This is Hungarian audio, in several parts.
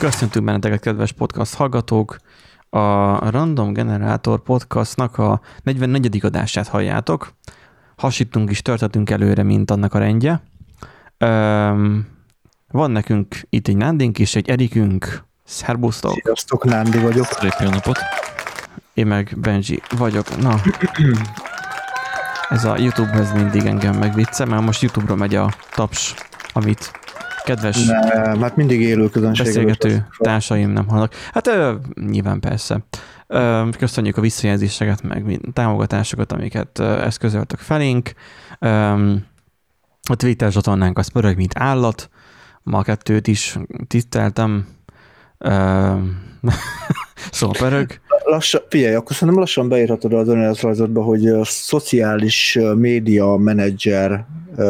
Köszöntünk benneteket, kedves podcast hallgatók! A Random Generator podcastnak a 44. adását halljátok. Hasítunk és törtetünk előre, mint annak a rendje. Van nekünk itt egy Nándink és egy Erikünk. Szerbusztok! Sziasztok, Nándi vagyok. Szép jó napot! Én meg Benji vagyok. Na, ez a YouTube-hez mindig engem megvicce, mert most YouTube-ra megy a taps, amit kedves hát mindig élő közönségek. beszélgető társaim nem hallnak. Hát nyilván persze. Köszönjük a visszajelzéseket, meg támogatásokat, amiket eszközöltök felénk. A Twitter csatornánk az pörög, mint állat. Ma 2 is tiszteltem. Szóval pörög. Figyelj, akkor szerintem lassan beírhatod az önéletrajzodba, hogy a szociális média menedzser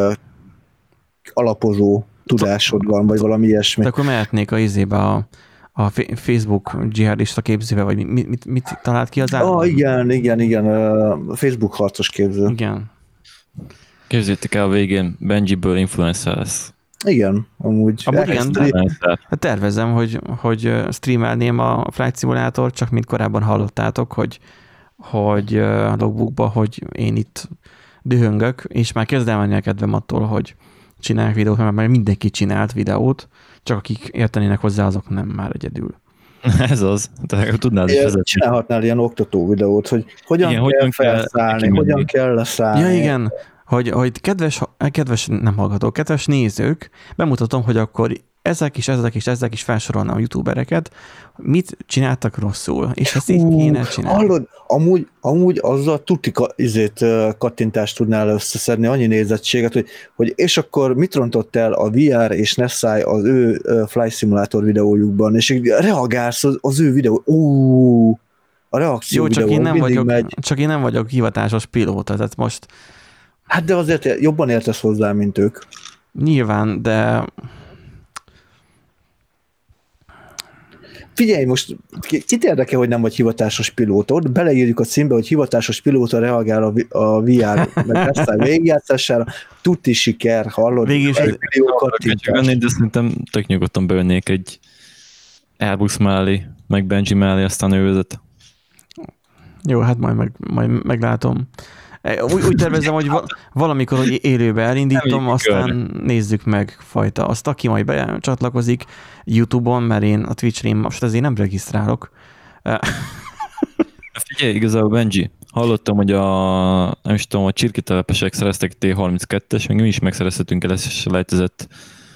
alapozó tudásod van, vagy valami ilyesmi. De akkor mehetnék a izébe a Facebook dzsihadista képzőbe, vagy mit talált ki az állam? Igen. Facebook harcos képző. Igen. Képzeljétek el, a végén Benjiből influencer lesz. Igen, amúgy igen, hát tervezem, hogy streamelném a Flight Simulator, csak mint korábban hallottátok, hogy a logbookba, hogy én itt dühöngök, és már kezd elmenni a kedvem attól, hogy csinálják videót, mert már mindenki csinált videót, csak akik értenének hozzá, azok nem már egyedül. Ez az. Te tudnád is vezetni. Csinálhatnál ilyen oktató videót, hogy hogyan kell felszállni, hogyan kell leszállni. Ja, igen. Hogy kedves nem hallgatók, kedves nézők, bemutatom, hogy akkor ezek is felsorolnám a youtubereket, mit csináltak rosszul, és ezt így kéne csinálni. Hallod, amúgy azzal tuti kattintást tudnál összeszedni, annyi nézettséget, hogy és akkor mit rontott el a VR és Nessai az ő Flight Simulator videójukban, és így reagálsz az ő videó, a reakció jó, videó csak én nem vagyok hivatásos pilóta, tehát most... Hát de azért jobban értesz hozzá, mint ők. Nyilván, de... Figyelj, most kit érdekel, hogy nem vagy hivatásos pilóta? Ott beleírjuk a címbe, hogy hivatásos pilóta reagál a VR meg aztán végigjátszására. Tuti siker, hallod? Végig de szerintem tök nyugodtan bevennék egy Airbus mellé, meg Benji mellé, aztán ő vezet. Jó, hát majd meglátom. Úgy tervezem, hogy valamikor, hogy élőbe elindítom, aztán nézzük meg fajta. Azt, aki majd becsatlakozik YouTube-on, mert én a Twitch-re most azért nem regisztrálok. Figyelj, igazából Benji, hallottam, hogy a csirketelepesek szereztek T-32-es, meg mi is megszerezhetünk el lejtezett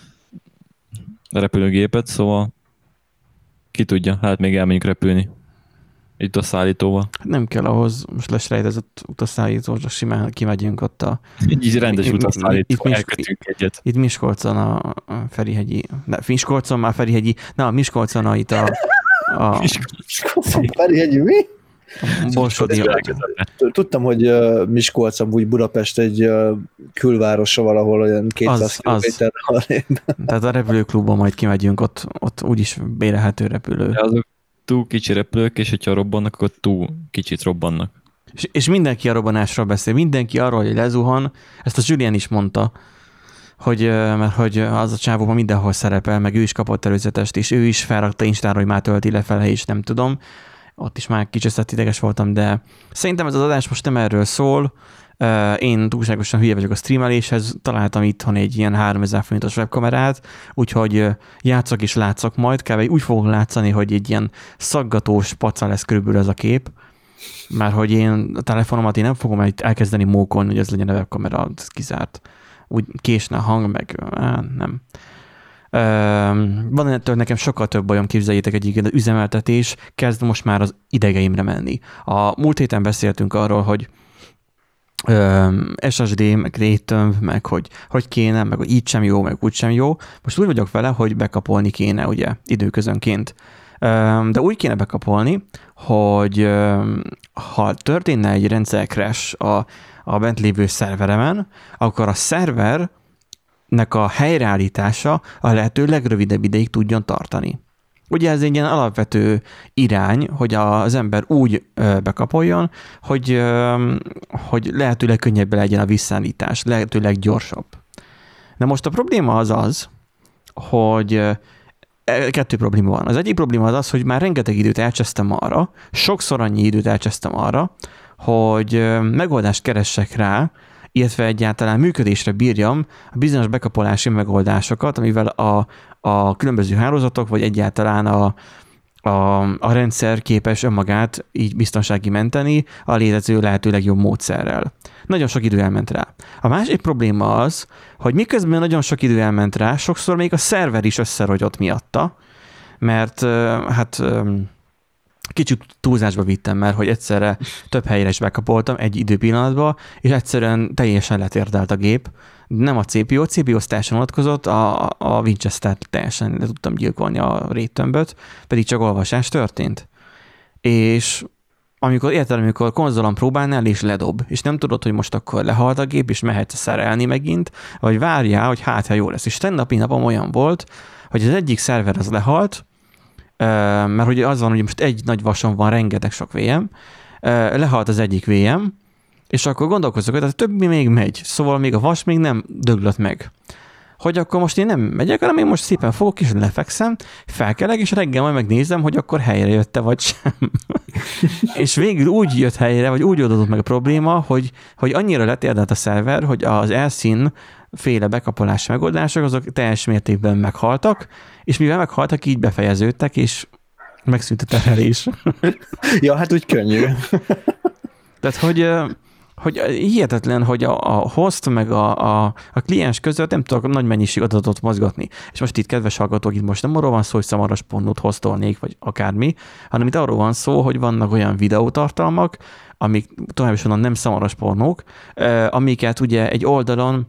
repülőgépet, szóval ki tudja, hát még elmenjünk repülni. Itt a szállítóval. Nem kell ahhoz, most lesrejtezett utasszállító, csak simán kimegyünk ott a... Így rendes utasszállító, elkötünk egyet. Itt Miskolcon a Ferihegyi... Miskolcon már Ferihegyi... Miskolcon itt a Miskolcon Ferihegyi mi? Borsodi. Tudtam, hogy Miskolc amúgy Budapest egy külvárosa valahol olyan 200 km-re arrébb. Tehát a repülőklubban majd kimegyünk, ott úgyis bérelhető repülő. De azok túl kicsi repülők, és hogyha robbannak, akkor túl kicsit robbannak. És mindenki a robbanásról beszél, mindenki arról, hogy lezuhan, ezt a Julien is mondta, mert hogy az a csávóban mindenhol szerepel, meg ő is kapott előzetest, és ő is felrakta Instára, hogy már tölti lefele, és nem tudom. Ott is már kicsit ideges voltam, de szerintem ez az adás most nem erről szól. Én túlságosan hülye vagyok a streameléshez, találtam itthon egy ilyen 3000 forintos webkamerát, úgyhogy játszok és látszok majd, kb. Úgy fogok látszani, hogy egy ilyen szaggatós paca lesz körülbelül ez a kép, mert hogy én a telefonomat én nem fogom elkezdeni mókolni, hogy ez legyen a webkamera, ez kizárt. Úgy késne a hang, meg nem. Van ettől nekem sokkal több bajom, képzeljétek, egyébként az üzemeltetés kezd most már az idegeimre menni. A múlt héten beszéltünk arról, hogy SSD, meg RAID-tömb, meg hogy kéne, meg hogy így sem jó, meg úgy sem jó. Most úgy vagyok vele, hogy bekapolni kéne, ugye, időközönként. De úgy kéne bekapolni, hogy ha történne egy rendszer crash a bent lévő szerveremen, akkor a szervernek a helyreállítása a lehető legrövidebb ideig tudjon tartani. Ugye ez egy ilyen alapvető irány, hogy az ember úgy bekapoljon, hogy lehetőleg könnyebben legyen a visszaállítás, lehetőleg gyorsabb. Na most a probléma az, hogy kettő probléma van. Az egyik probléma az, hogy már rengeteg időt elcsesztem arra, sokszor annyi időt elcsesztem arra, hogy megoldást keressek rá, illetve egyáltalán működésre bírjam a bizonyos bekapolási megoldásokat, amivel a különböző hálózatok, vagy egyáltalán a rendszer képes önmagát így biztonsági menteni a létező lehető legjobb módszerrel. Nagyon sok idő elment rá. A másik probléma az, hogy miközben nagyon sok idő elment rá, sokszor még a szerver is összerogyott miatta, mert hát kicsit túlzásba vittem, mert hogy egyszerre több helyre is bekapoltam egy időpillanatban, és egyszerűen teljesen letérdelt a gép. Nem a CPU-hoz teljesen vonatkozott, a Winchester-t teljesen le tudtam gyilkolni a RAID-tömböt, pedig csak olvasás történt. És amikor konzolon próbálnál, és ledob, és nem tudod, hogy most akkor lehalt a gép, és mehetsz szerelni megint, vagy várjál, hogy hát, ha jó lesz. És tennapi napom olyan volt, hogy az egyik szerver az lehalt, mert ugye az van, hogy most egy nagy vason van rengeteg sok VM, lehalt az egyik VM, és akkor gondolkozzak, hogy a többi még megy, szóval még a vas még nem döglött meg. Hogy akkor most én nem megyek, hanem én most szépen fogok, és lefekszem, felkelek, és reggel majd megnézem, hogy akkor helyre jött-e, vagy sem. És végül úgy jött helyre, vagy úgy oldódott meg a probléma, hogy annyira letérdelt a szerver, hogy az elszín féle bekapolási megoldások, azok teljes mértékben meghaltak, és mivel meghaltak, így befejeződtek, és megszűnt a terhelés. Ja, hát úgy könnyű. Tehát, hogy hihetetlen, hogy a host meg a kliens között nem tudok nagy mennyiség adatot mozgatni. És most itt, kedves hallgatók, itt most nem arról van szó, hogy szamaras.hu-t hostolnék, vagy akármi, hanem itt arról van szó, hogy vannak olyan videótartalmak, amik tovább is onnan nem szamaras.hu-k, amiket ugye egy oldalon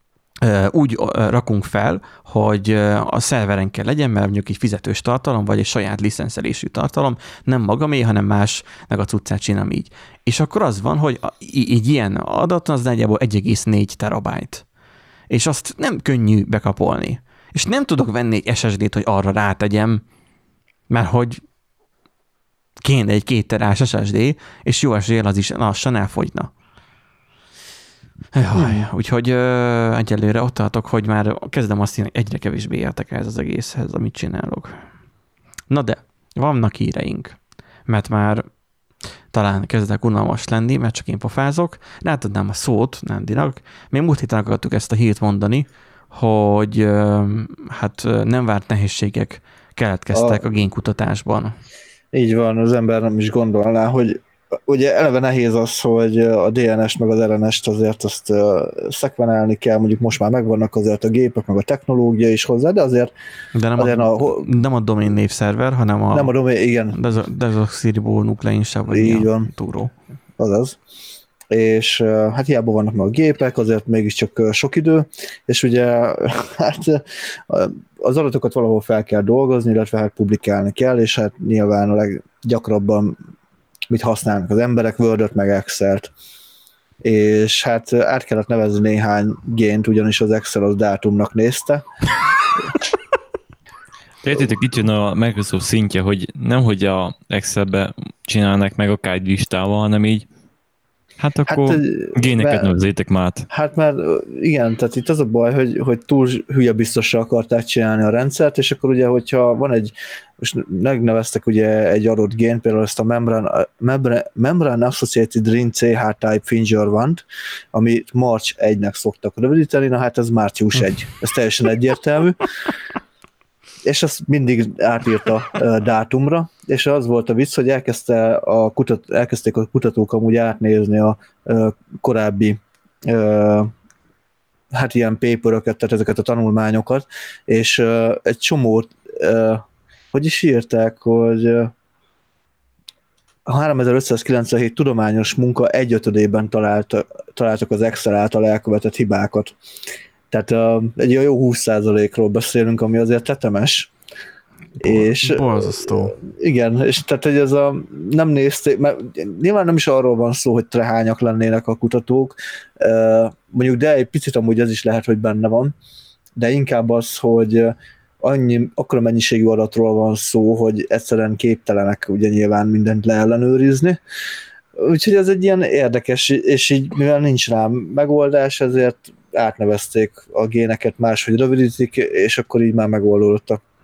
úgy rakunk fel, hogy a szerveren kell legyen, mert mondjuk egy fizetős tartalom, vagy egy saját licenszelésű tartalom, nem magamé, hanem másnak a cuccát csinálom így. És akkor az van, hogy így ilyen adat az nagyjából 1,4 terabájt. És azt nem könnyű bekapolni. És nem tudok venni egy SSD-t, hogy arra rátegyem, mert hogy kéne egy 2 terás SSD, és jó eséllyel az is lassan elfogyna. Úgyhogy egyelőre ott tartok, hogy már kezdem azt hinni, egyre kevésbé értek ez az egészhez, amit csinálok. Na de, vannak híreink, mert már talán kezdek unalmas lenni, mert csak én pofázok, de átadnám a szót Nándinak. Még múlt héten akartuk ezt a hírt mondani, hogy hát nem várt nehézségek keletkeztek a génkutatásban. Így van, az ember nem is gondolná, hogy ugye eleve nehéz az, hogy a DNS-t meg az RNS-t azért azt szekvenálni kell, mondjuk most már megvannak azért a gépek, meg a technológia is hozzá, de azért... De nem a domain névszerver, hanem nem a domain, igen. Desoxiribonukleinsávú, vagy így van. túró. Azaz. És hát hiába vannak meg a gépek, azért mégiscsak sok idő, és ugye hát az adatokat valahol fel kell dolgozni, illetve hát publikálni kell, és hát nyilván a leggyakrabban mit használnak az emberek, Word-öt meg Excel-t. És hát át kellett nevezni néhány gént, ugyanis az Excel az dátumnak nézte. Értitek, itt jön a Microsoft szintje, hogy nem hogy a Excelbe csinálnak meg akár egy listával, hanem így hát akkor géneket nevezzétek már át. Hát már igen, tehát itt az a baj, hogy túl hülye biztosra akarták csinálni a rendszert, és akkor ugye, hogyha van egy, most megneveztek ugye egy adott gén, például ezt a Membrane Associated Ring CH-type Finger One-t, amit March 1-nek szoktak rövidíteni, na hát ez március 1. Ez teljesen egyértelmű. És azt mindig átírta dátumra, és az volt a vicc, hogy elkezdték a kutatók amúgy átnézni a korábbi hát ilyen paperöket, tehát ezeket a tanulmányokat, és egy csomót, hogy is írták, hogy a 3597 tudományos munka 1/5-ében találtak az Excel által elkövetett hibákat. Tehát egy jó 20%-ról beszélünk, ami azért tetemes. És borzasztó. Igen, és tehát, hogy ez nem nézték, mert nyilván nem is arról van szó, hogy trehányak lennének a kutatók, mondjuk, de egy picit amúgy ez is lehet, hogy benne van, de inkább az, hogy akkora mennyiségű adatról van szó, hogy egyszerűen képtelenek ugye nyilván mindent leellenőrizni. Úgyhogy ez egy ilyen érdekes, és így mivel nincs rá megoldás, ezért átnevezték a géneket máshogy rövidítik, és akkor így már megoldódott a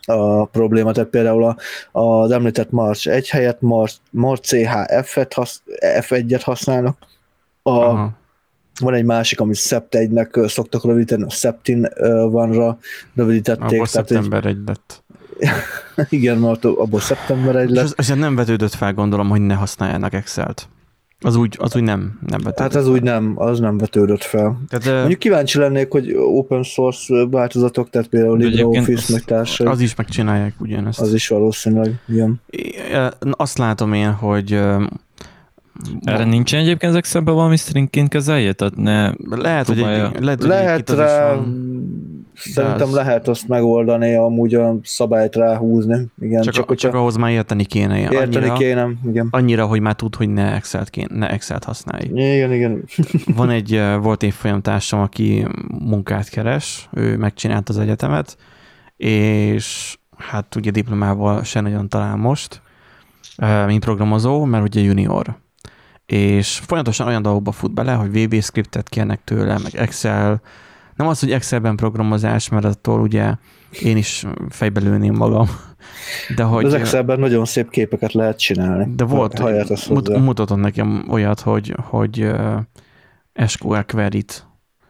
a probléma, tehát például az említett March 1 helyett March F1-et használnak. Van egy másik, amit Sept1-nek szoktak rövidíteni, a Septin vanra rövidítették. Abból szeptember 1 lett. Igen, mert abból szeptember 1 lett. És nem vetődött fel, gondolom, hogy ne használjanak Excel-t. Az úgy nem vetődött. Hát ez úgy nem, az nem vetődött fel. Tehát, mondjuk kíváncsi lennék, hogy open source változatok, tehát például LibreOffice meg társai. Az is megcsinálják ugyanezt. Az is valószínűleg, igen. Azt látom én, hogy erre nincsen egyébként az Excelben valami stringként kezelje? Tehát ne lehet rá, szerintem lehet azt megoldani, amúgy a szabályt ráhúzni. Igen, csak ahhoz már érteni kéne. Igen. Annyira, hogy már tud, hogy ne Excel-t használj. Igen. Volt évfolyam társam, aki munkát keres, ő megcsinált az egyetemet, és hát ugye diplomával se nagyon talál most, mint programozó, mert ugye junior. És folyamatosan olyan dolgokba fut bele, hogy VB scriptet kérnek tőle, meg Excel. Nem az, hogy Excelben programozás, mert attól ugye én is fejbe lőném magam. De hogy, az Excelben nagyon szép képeket lehet csinálni. De volt, mutatott nekem olyat, hogy SQL query-t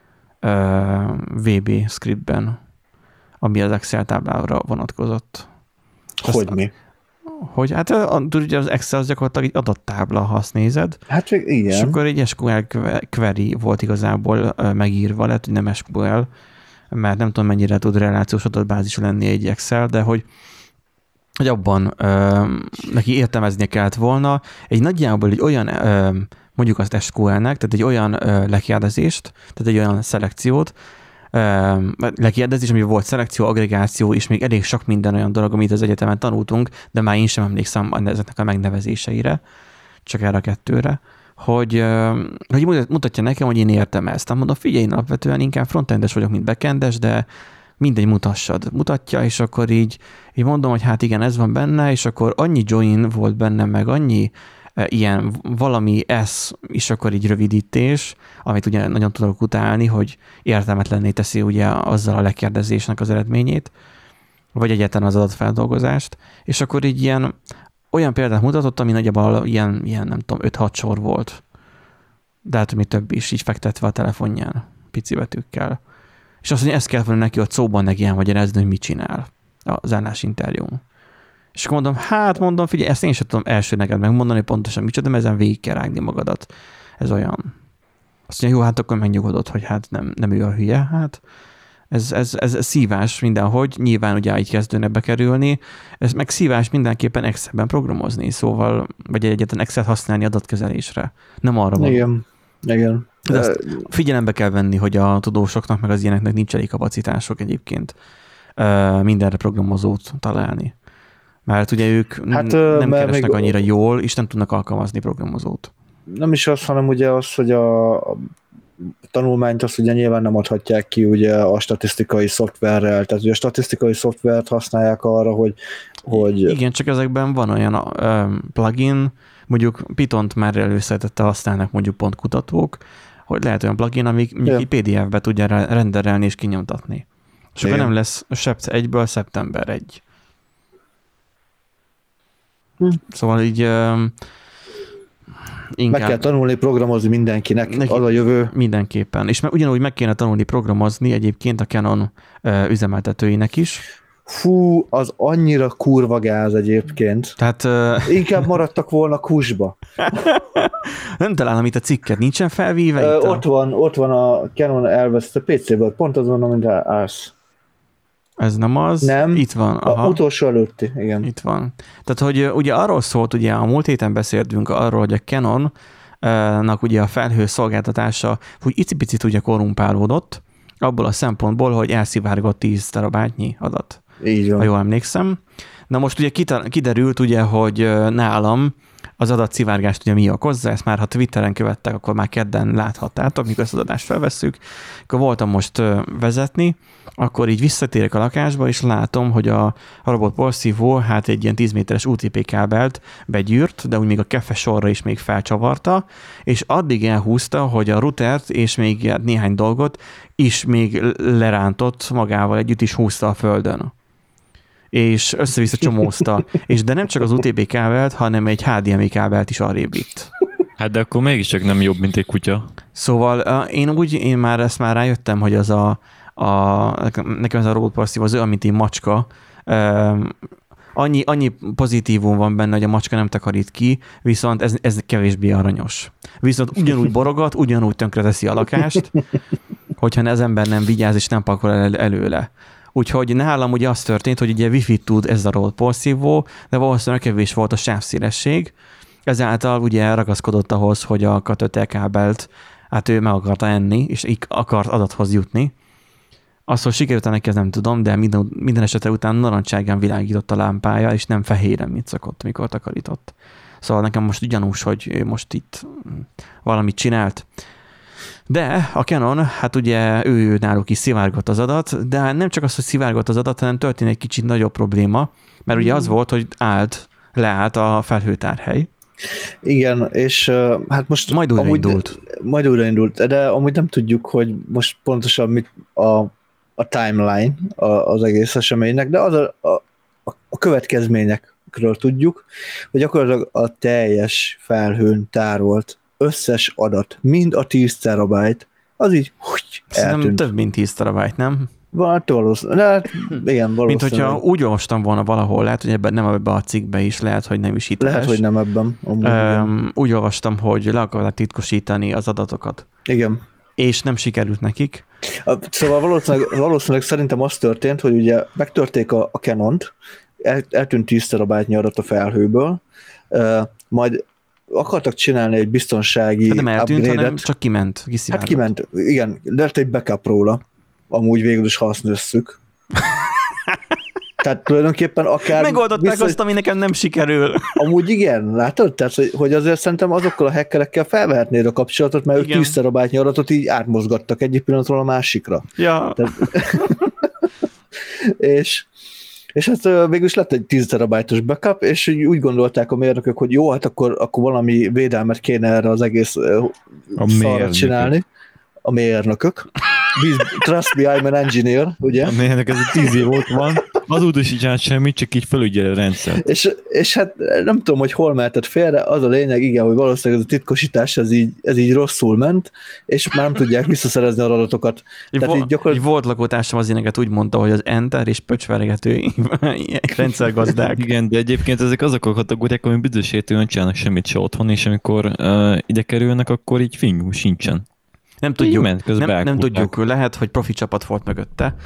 VB scriptben, ami az Excel táblára vonatkozott. Hogy mi? Hogy hát ugye az Excel az gyakorlatilag egy adattábla, ha azt nézed. Hát igen. És akkor egy SQL query volt igazából megírva, lehet, hogy nem SQL, mert nem tudom, mennyire tud relációs adatbázis lenni egy Excel, de hogy abban neki értelmeznie kellett volna egy nagyjából egy olyan, mondjuk azt SQL-nek, tehát egy olyan lekérdezést, tehát egy olyan szelekciót, lekérdezés, amiben volt szelekció, agregáció, és még elég sok minden olyan dolog, amit az egyetemen tanultunk, de már én sem emlékszem ezeknek a megnevezéseire, csak erre a kettőre, hogy mutatja nekem, hogy én értem ezt. Tehát mondom, figyelj, alapvetően inkább frontendes vagyok, mint backendes, de mindegy, mutassad. Mutatja, és akkor így mondom, hogy hát igen, ez van benne, és akkor annyi join volt benne, meg annyi ilyen valami S, és akkor így rövidítés, amit ugye nagyon tudok utálni, hogy értelmetlenné teszi ugye azzal a lekérdezésnek az eredményét, vagy egyáltalán az adatfeldolgozást, és akkor így olyan példát mutatott, ami nagyjából ilyen nem tudom, 5-6 sor volt. De hát, mi több is, így fektetve a telefonján, pici betűkkel. És azt mondja, ezt kell volna neki, hogy szóban neki elmagyarázni, hogy mit csinál az állásinterjún. És akkor mondom, figyelj, ezt én sem tudom első neked megmondani pontosan micsoda, de ezen végig kell rágni magadat. Ez olyan. Azt mondja, jó, hát akkor megnyugodott, hogy hát nem ő a hülye. Hát ez szívás mindenhogy, nyilván ugye így kezdőnek bekerülni, ez meg szívás mindenképpen Excelben programozni, szóval, vagy egyetlen Excel-t használni adatkezelésre. Nem arra van. Igen. De ezt figyelembe kell venni, hogy a tudósoknak, meg az ilyeneknek nincs elég kapacitások egyébként mindenre programozót találni. Mert ugye ők nem keresnek annyira jól, és nem tudnak alkalmazni programozót. Nem is az, hanem ugye az, hogy a tanulmányt azt ugye nyilván nem adhatják ki ugye a statisztikai szoftverrel, tehát ugye a statisztikai szoftvert használják arra, hogy... Igen, csak ezekben van olyan plugin, mondjuk Pythont már előszedette használnak mondjuk pont kutatók, hogy lehet olyan plugin, amik mondjuk PDF-be tudja renderelni és kinyomtatni. És akkor nem lesz Sept1-ből szeptember 1. Szóval így inkább... Meg kell tanulni programozni mindenkinek, az a jövő. Mindenképpen. És ugyanúgy meg kéne tanulni programozni egyébként a Canon üzemeltetőinek is. Fú, az annyira kurva gáz egyébként. Tehát, inkább maradtak volna kusba. Nem találom itt a cikket, nincsen felvíve? Ott van a Canon elveszte PC-ből, pont azon, amint állsz. Ez nem az? Nem. Itt van. Aha. Utolsó előtti, igen. Itt van. Tehát, hogy ugye arról szólt, ugye a múlt héten beszéltünk arról, hogy a Canon-nak ugye a felhő szolgáltatása úgy icipicit ugye korrumpálódott, abból a szempontból, hogy elszivárgott 10 terabájtnyi adat. Így van. Ha jól emlékszem. Na most ugye kiderült ugye, hogy nálam az adatszivárgást ugye mi okozza, ezt már ha Twitteren követtek, akkor már kedden láthattátok, mikor ezt az adást felvesszük. Akkor voltam most vezetni, akkor így visszatérek a lakásba, és látom, hogy a robotporszívó hát egy ilyen 10 méteres UTP kábelt begyűrt, de úgy még a kefe sorra is még felcsavarta, és addig elhúzta, hogy a routert és még néhány dolgot is még lerántott magával együtt is húzta a földön. és össze-vissza csomózta, és de nem csak az UTB kábelt, hanem egy HDMI kábelt is arrébb vitt. Hát de akkor mégiscsak nem jobb, mint egy kutya. Szóval én már ezt már rájöttem, hogy nekem ez a robot passzív az olyan, mint egy macska. Annyi pozitívum van benne, hogy a macska nem takarít ki, viszont ez kevésbé aranyos. Viszont ugyanúgy borogat, ugyanúgy tönkreteszi a lakást, hogyha az ember nem vigyáz és nem pakol előle. Úgyhogy nálam ugye az történt, hogy ugye Wi-Fi tud ez a robot porszívó, de valószínűleg kevés volt a sávszélesség. Ezáltal ugye ragaszkodott ahhoz, hogy a kötőtel kábelt, hát ő meg akarta enni, és így akart adathoz jutni. Azt, hogy sikerült neki, ezt nem tudom, de minden esetre után narancságán világított a lámpája, és nem fehéren, mint szokott, mikor takarított. Szóval nekem most gyanús, hogy ő most itt valamit csinált. De a Canon, hát ugye ő náluk is szivárgott az adat, de nem csak az, hogy szivárgott az adat, hanem történt egy kicsit nagyobb probléma, mert ugye az volt, hogy leállt a felhőtárhely. Igen, és hát most... Majd újraindult, de amúgy nem tudjuk, hogy most pontosan mit a timeline az egész eseménynek, de az a következményekről tudjuk, hogy gyakorlatilag a teljes felhőn tárolt összes adat, mind a 10 terabyte, az így eltűnt. Több mint 10 terabyte, nem? Valószínűleg. Igen, valószínűleg. Mint hogyha úgy olvastam volna valahol, lehet, hogy nem ebben a cikkbe is, lehet, hogy nem is itt. Lehet, hogy nem ebben. Úgy olvastam, hogy le akarták titkosítani az adatokat. Igen. És nem sikerült nekik. Szóval valószínűleg szerintem az történt, hogy ugye megtörték a Canont, eltűnt 10 terabájtnyi adat a felhőből, majd akartak csinálni egy biztonsági nem eltűnt, hanem csak kiment. Hát kiment, igen, lett egy backup róla, amúgy végül is hasznőzzük. Tehát tulajdonképpen akár... Megoldották azt, ami nekem nem sikerül. Amúgy igen, látod? Tehát, hogy azért szerintem azokkal a hackerekkel felvehetnéd a kapcsolatot, mert ők 10 terabájtnyi adatot így átmozgattak egyik pillanatról a másikra. Ja. Tehát... és hát végül is lett egy 10 terabájtos backup, és úgy gondolták a mérnökök, hogy jó, hát akkor valami védelmet kéne erre az egész szarra csinálni. A mérnökök. Trust me, I'm an engineer, ugye? A mérnök, ez 10 év ott van, azóta is csinált semmit, csak így felügyel a rendszert. És hát nem tudom, hogy hol mehetett félre, az a lényeg, igen, hogy valószínűleg ez a titkosítás, ez így rosszul ment, és már nem tudják visszaszerezni az adatokat. Egy volt lakótársam az éneket úgy mondta, hogy az enter és pöcsvergető rendszergazdák. Igen, de egyébként ezek azok a kategóriák, ami büdös értően csinálnak semmit se otthon, és amikor ide kerülnek, akkor így fingú sincsen. Nem tudjuk, lehet, hogy profi csapat volt mögötte.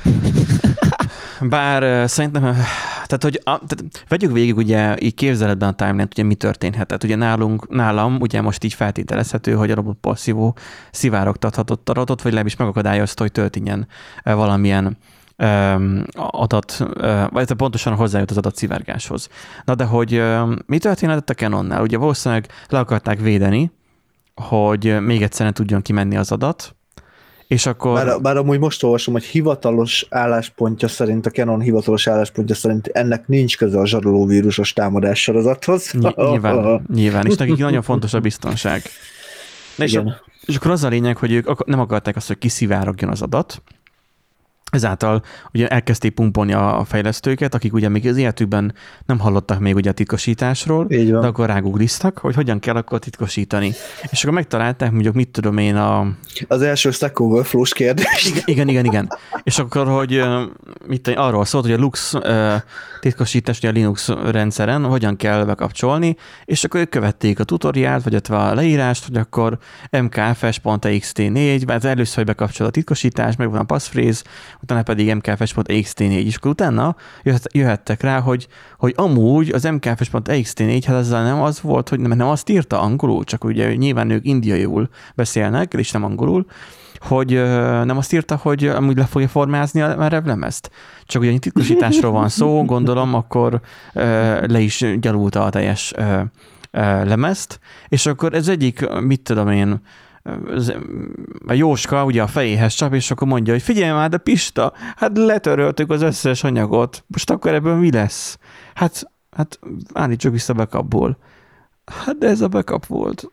Bár szerintem, tehát vegyük végig ugye így képzeletben a timeline-t, ugye mi történhetett. Ugye nálam ugye most így feltételezhető, hogy a robot passzívó szivárogtathatott adatot, vagy legalábbis megakadályozta, hogy történjen valamilyen adat, vagy pontosan hozzájut az adatszivárgáshoz. Na de hogy mi történhetett a Canonnál? Ugye valószínűleg le akarták védeni, hogy még egyszer ne tudjon kimenni az adat, és akkor... Bár amúgy most olvasom, hogy hivatalos álláspontja szerint, a Canon hivatalos álláspontja szerint ennek nincs köze a zsarolóvírusos támadás sorozathoz. Nyilván, és nekik nagyon fontos a biztonság. És akkor az a lényeg, hogy ők nem akarták azt, hogy kiszivárogjon az adat, ezáltal ugye elkezdték pumpolni a fejlesztőket, akik ugye még az életükben nem hallottak még ugye a titkosításról, de akkor rágoogliztak, hogy hogyan kell akkor titkosítani. És akkor megtalálták, mondjuk mit tudom én az első Stack Overflow-s kérdés. Igen. És akkor, hogy arról szólt, hogy a Lux titkosítás ugye a Linux rendszeren hogyan kell bekapcsolni, és akkor ők követték a tutoriált, vagy a leírást, hogy akkor mkfs.ext4, mert először, hogy bekapcsol a titkosítás, meg van a passphrase, utána pedig mkfs.ext4, és akkor utána jöhettek rá, hogy amúgy az mkfs.ext4, hát ezzel nem az volt, hogy nem azt írta angolul, csak ugye nyilván ők indiaiul beszélnek, és nem angolul, hogy nem azt írta, hogy amúgy le fogja formázni a revlemezt. Csak ugye titkosításról van szó, gondolom, akkor le is gyalulta a teljes lemezt, és akkor ez egyik, mit tudom én, a Jóska ugye a fejéhez csap, és akkor mondja, hogy figyelj már, de Pista, hát letöröltük az összes anyagot, most akkor ebből mi lesz? Hát állítsuk vissza backupból. Hát de ez a backup volt.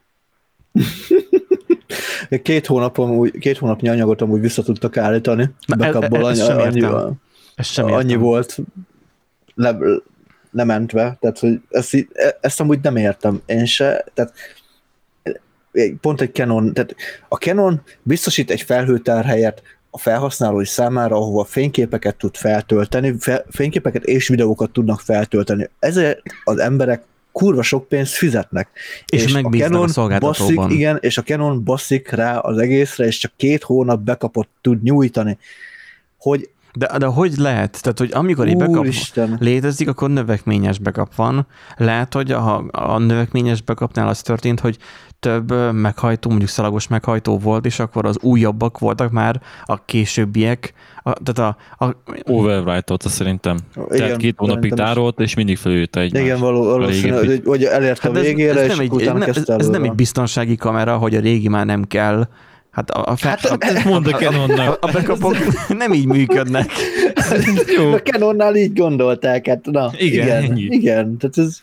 2 hónapnyi anyagot amúgy vissza tudtak állítani backupból. Ezt sem annyi volt. lementve, tehát hogy ezt amúgy nem értem én se, tehát pont egy Canon, tehát a Canon biztosít egy felhőtárhelyet a felhasználói számára, ahova fényképeket tud feltölteni, fényképeket és videókat tudnak feltölteni. Ezért az emberek kurva sok pénzt fizetnek. És megbíznak a szolgáltatóban. Igen, és a Canon basszik rá az egészre, és csak 2 hónap backupot tud nyújtani. Hogy de hogy lehet? Tehát, hogy amikor egy backup létezik, akkor növekményes backup van. Lehet, hogy a növekményes backupnál az történt, hogy több meghajtó, mondjuk szalagos meghajtó volt, és akkor az újabbak voltak már a későbbiek. Overwrite-ot szerintem. Igen, tehát 2 hónapig tárolt, és mindig felülte egymást. Igen, valószínűleg, hogy elérte a végére, és utána kezdte ez nem egy biztonsági kamera, hogy a régi már nem kell. Mondd a Canonnak. A backupok nem így működnek. Jó. A Canonnál így gondolták, hát na, igen. Tehát ez...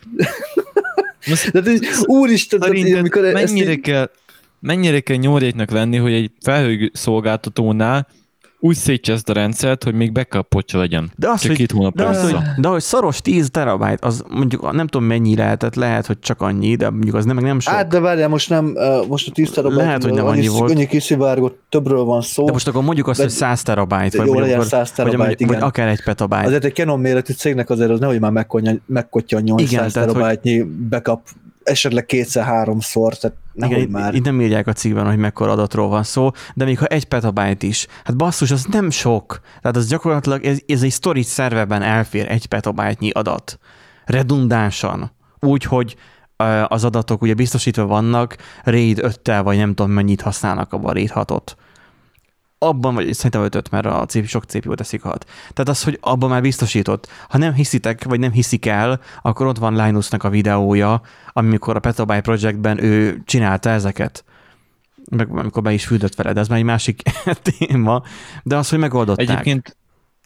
úristen, amikor mennyire kell nyomorítnak lenni, hogy egy felhőszolgáltatónál úgy szétcseszt a rendszert, hogy még backupot se legyen. De hogy szoros 10 terabájt, az mondjuk nem tudom mennyi lehet, hogy csak annyi, de mondjuk az nem sok. Hát de várjál, most a 10 terabájt, lehet, hogy nem annyi volt. Annyi kiszivárgott, többről van szó. De most akkor mondjuk azt, hogy 100 terabájt. Jó, legyen 100 terabájt, igen. Vagy akár 1 petabyte. Azért egy Canon méretű cégnek azért az nehogy már megkotja a 800 terabájtnyi backup, esetleg 2-3-szor, tehát nehogy már. Itt nem írják a cikkben, hogy mekkora adatról van szó, de még ha 1 petabyte is, hát basszus, az nem sok. Tehát az gyakorlatilag ez egy storage szerverben elfér 1 petabyte-nyi adat. Redundánsan. Úgy, hogy az adatok ugye biztosítva vannak, RAID 5-tel, vagy nem tudom mennyit használnak abban a RAID 6-ot. Abban, vagy szerintem 5-öt, mert a sok CPU teszik 6. Tehát az, hogy abban már biztosított. Ha nem hiszitek, vagy nem hiszik el, akkor ott van Linusnak a videója, amikor a Petabyte Projectben ő csinálta ezeket. Meg amikor be is füldött veled, ez már egy másik téma. De az, hogy megoldották. Egyébként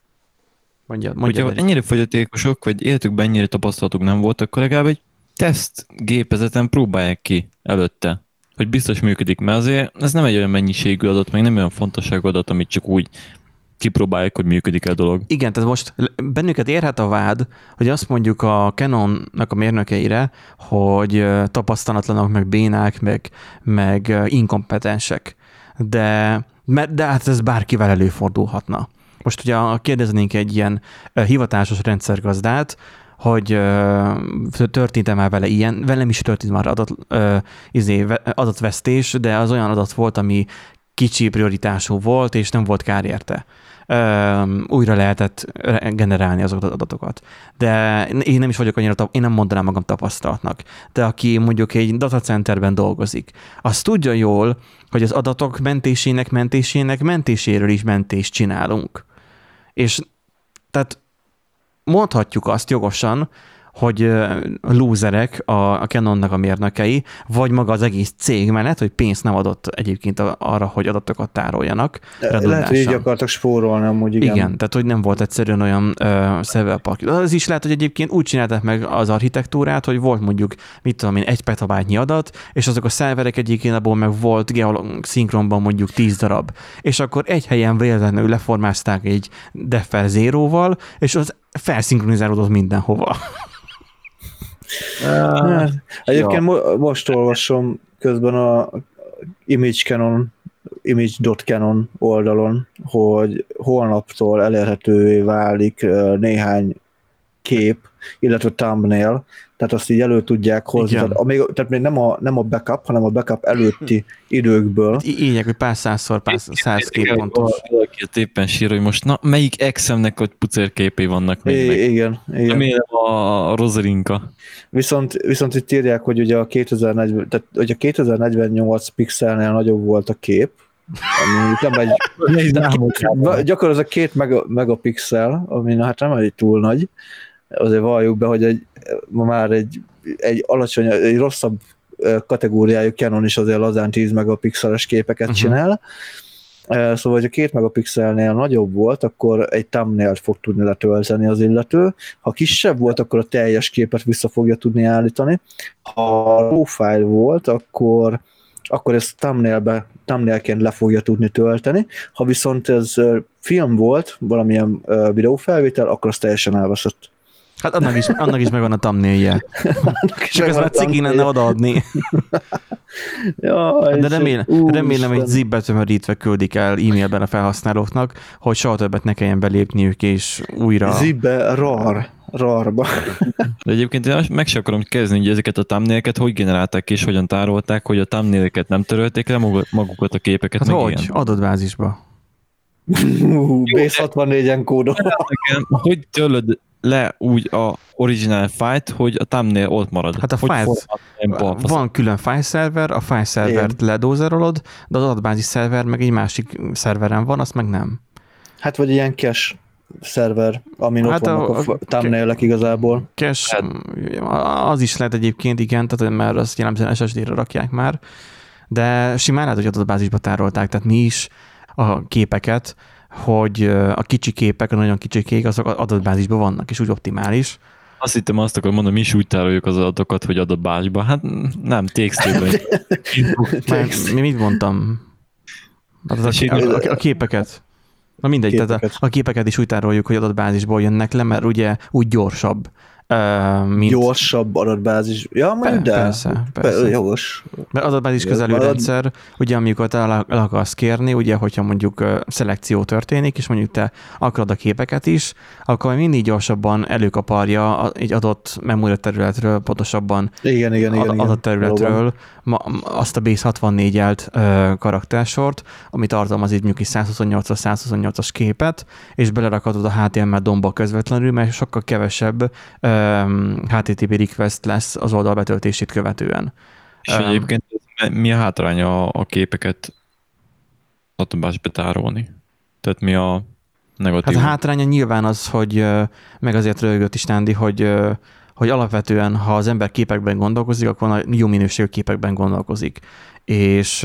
mondja ennyire fogyatékosok, vagy életükben ennyire tapasztalatuk nem volt, akkor legalább egy tesztgépezeten próbálják ki előtte, hogy biztos működik, mert azért ez nem egy olyan mennyiségű adat, meg nem olyan fontosságú adat, amit csak úgy kipróbálják, hogy működik a dolog. Igen, tehát most bennünket érhet a vád, hogy azt mondjuk a Canonnak a mérnökeire, hogy tapasztalatlanok, meg bénák, meg inkompetensek. De hát ez bárkivel előfordulhatna. Most ugye kérdeznénk egy ilyen hivatásos rendszergazdát, hogy történt-e már vele ilyen, velem is történt már adatvesztés, de az olyan adat volt, ami kicsi prioritású volt, és nem volt kár érte. Újra lehetett generálni azokat az adatokat. De én nem is vagyok annyira, én nem mondanám magam tapasztalatnak. De aki mondjuk egy datacenterben dolgozik, az tudja jól, hogy az adatok mentéséről is mentést csinálunk. És tehát mondhatjuk azt jogosan, hogy lúzerek a Canonnak a mérnökei, vagy maga az egész cég mellett, hogy pénzt nem adott egyébként arra, hogy adatokat tároljanak. Lehet, hogy így akartak spórolni amúgy, igen. Igen, tehát hogy nem volt egyszerűen olyan szerverpark. Az is lehet, hogy egyébként úgy csinálták meg az architektúrát, hogy volt mondjuk, mit tudom én, 1 petabyte-nyi adat, és azok a szerverek egyébként abból meg volt szinkronban mondjuk 10 darab. És akkor egy helyen véletlenül leformázták egy Defer Zero-val, és az felszinkronizálódott mindenhova. Hát, egyébként most olvasom közben a image.canon oldalon, hogy holnaptól elérhetővé válik néhány kép, illetve thumbnail, tehát azt így elő tudják hozni. Tehát még nem a backup, hanem a backup előtti időkből. Így, hogy pár százszor, 100 kép pontos. Valaki éppen sír, hogy most még exemnek hogy pucérképé vannak még meg. Igen. Remélem a Rosalinka. Viszont itt írják, hogy ugye a 2048 pixelnél nagyobb volt a kép, ami nem gyakorlatilag az a 2 megapixel, ami hát nem egy túl nagy, azért valljuk be, hogy már egy alacsony, egy rosszabb kategóriájú Canon is azért lazán 10 megapixeles képeket csinál. Szóval, hogy a 2 megapixelnél nagyobb volt, akkor egy thumbnailt fog tudni letölteni az illető. Ha kisebb volt, akkor a teljes képet vissza fogja tudni állítani. Ha raw file volt, akkor ezt thumbnailként le fogja tudni tölteni. Ha viszont ez film volt, valamilyen videófelvétel, akkor az teljesen elveszett. Hát annak is megvan a thumbnailje. Csak ezt már ciki lenne odaadni. Jaj, De remélem, hogy zip-be tömörítve küldik el e-mailben a felhasználóknak, hogy soha többet ne kelljen belépniük, és újra... Zip-be RAR-ba. De egyébként én meg sem akarom kezdeni, hogy ezeket a thumbnaileket hogy generálták és hogyan tárolták, hogy a thumbnaileket nem törölték le, magukat a képeket. Hát meg hogy? ilyen. Adatbázisba. Base 64-en kódol. Hogy törlöd le úgy a original fájlt, hogy a thumbnail ott marad? Hát a file, van külön file szerver, a file szervert ledózerolod, de az adatbázis szerver meg egy másik szerveren van, azt meg nem. Hát vagy ilyen cache szerver, amin ott vannak a thumbnailek igazából. Cache, az is lehet egyébként, igen, tehát mert azt jellemzően SSD-re rakják már, de simán lehet, hogy adatbázisba tárolták, tehát mi is a képeket, hogy a kicsi képek, a nagyon kicsi képek, azok adatbázisban vannak, és úgy optimális. Azt hittem, azt akarom mondani, mi is úgy tároljuk az adatokat, hogy adatbázisba. Hát nem, TXT-ben. Mi mit mondtam? A képeket. Na mindegy, tehát a képeket is úgy tároljuk, hogy adatbázisból jönnek le, mert ugye úgy gyorsabb. Mint... Gyorsabb adatbázis. Ja, mondjuk, de persze. Jogos. Mert adatbázis közelű rendszer, ugye amikor te el akarsz kérni, ugye, hogyha mondjuk szelekció történik, és mondjuk te akarod a képeket is, akkor mindig gyorsabban előkaparja egy adott memória területről, pontosabban adatterületről azt a Base 64-elt karaktersort, amit tartalmaz így mondjuk 128-128-as képet, és belerakhatod a HTML domba közvetlenül, mert sokkal kevesebb HTTP request lesz az oldal betöltését követően. És egyébként mi a hátránya a képeket adatbázisba tárolni? Tehát mi a negatív? Hát a hátránya nyilván az, hogy meg azért röhögött is Nándi, hogy alapvetően, ha az ember képekben gondolkozik, akkor jó minőségű képekben gondolkozik. És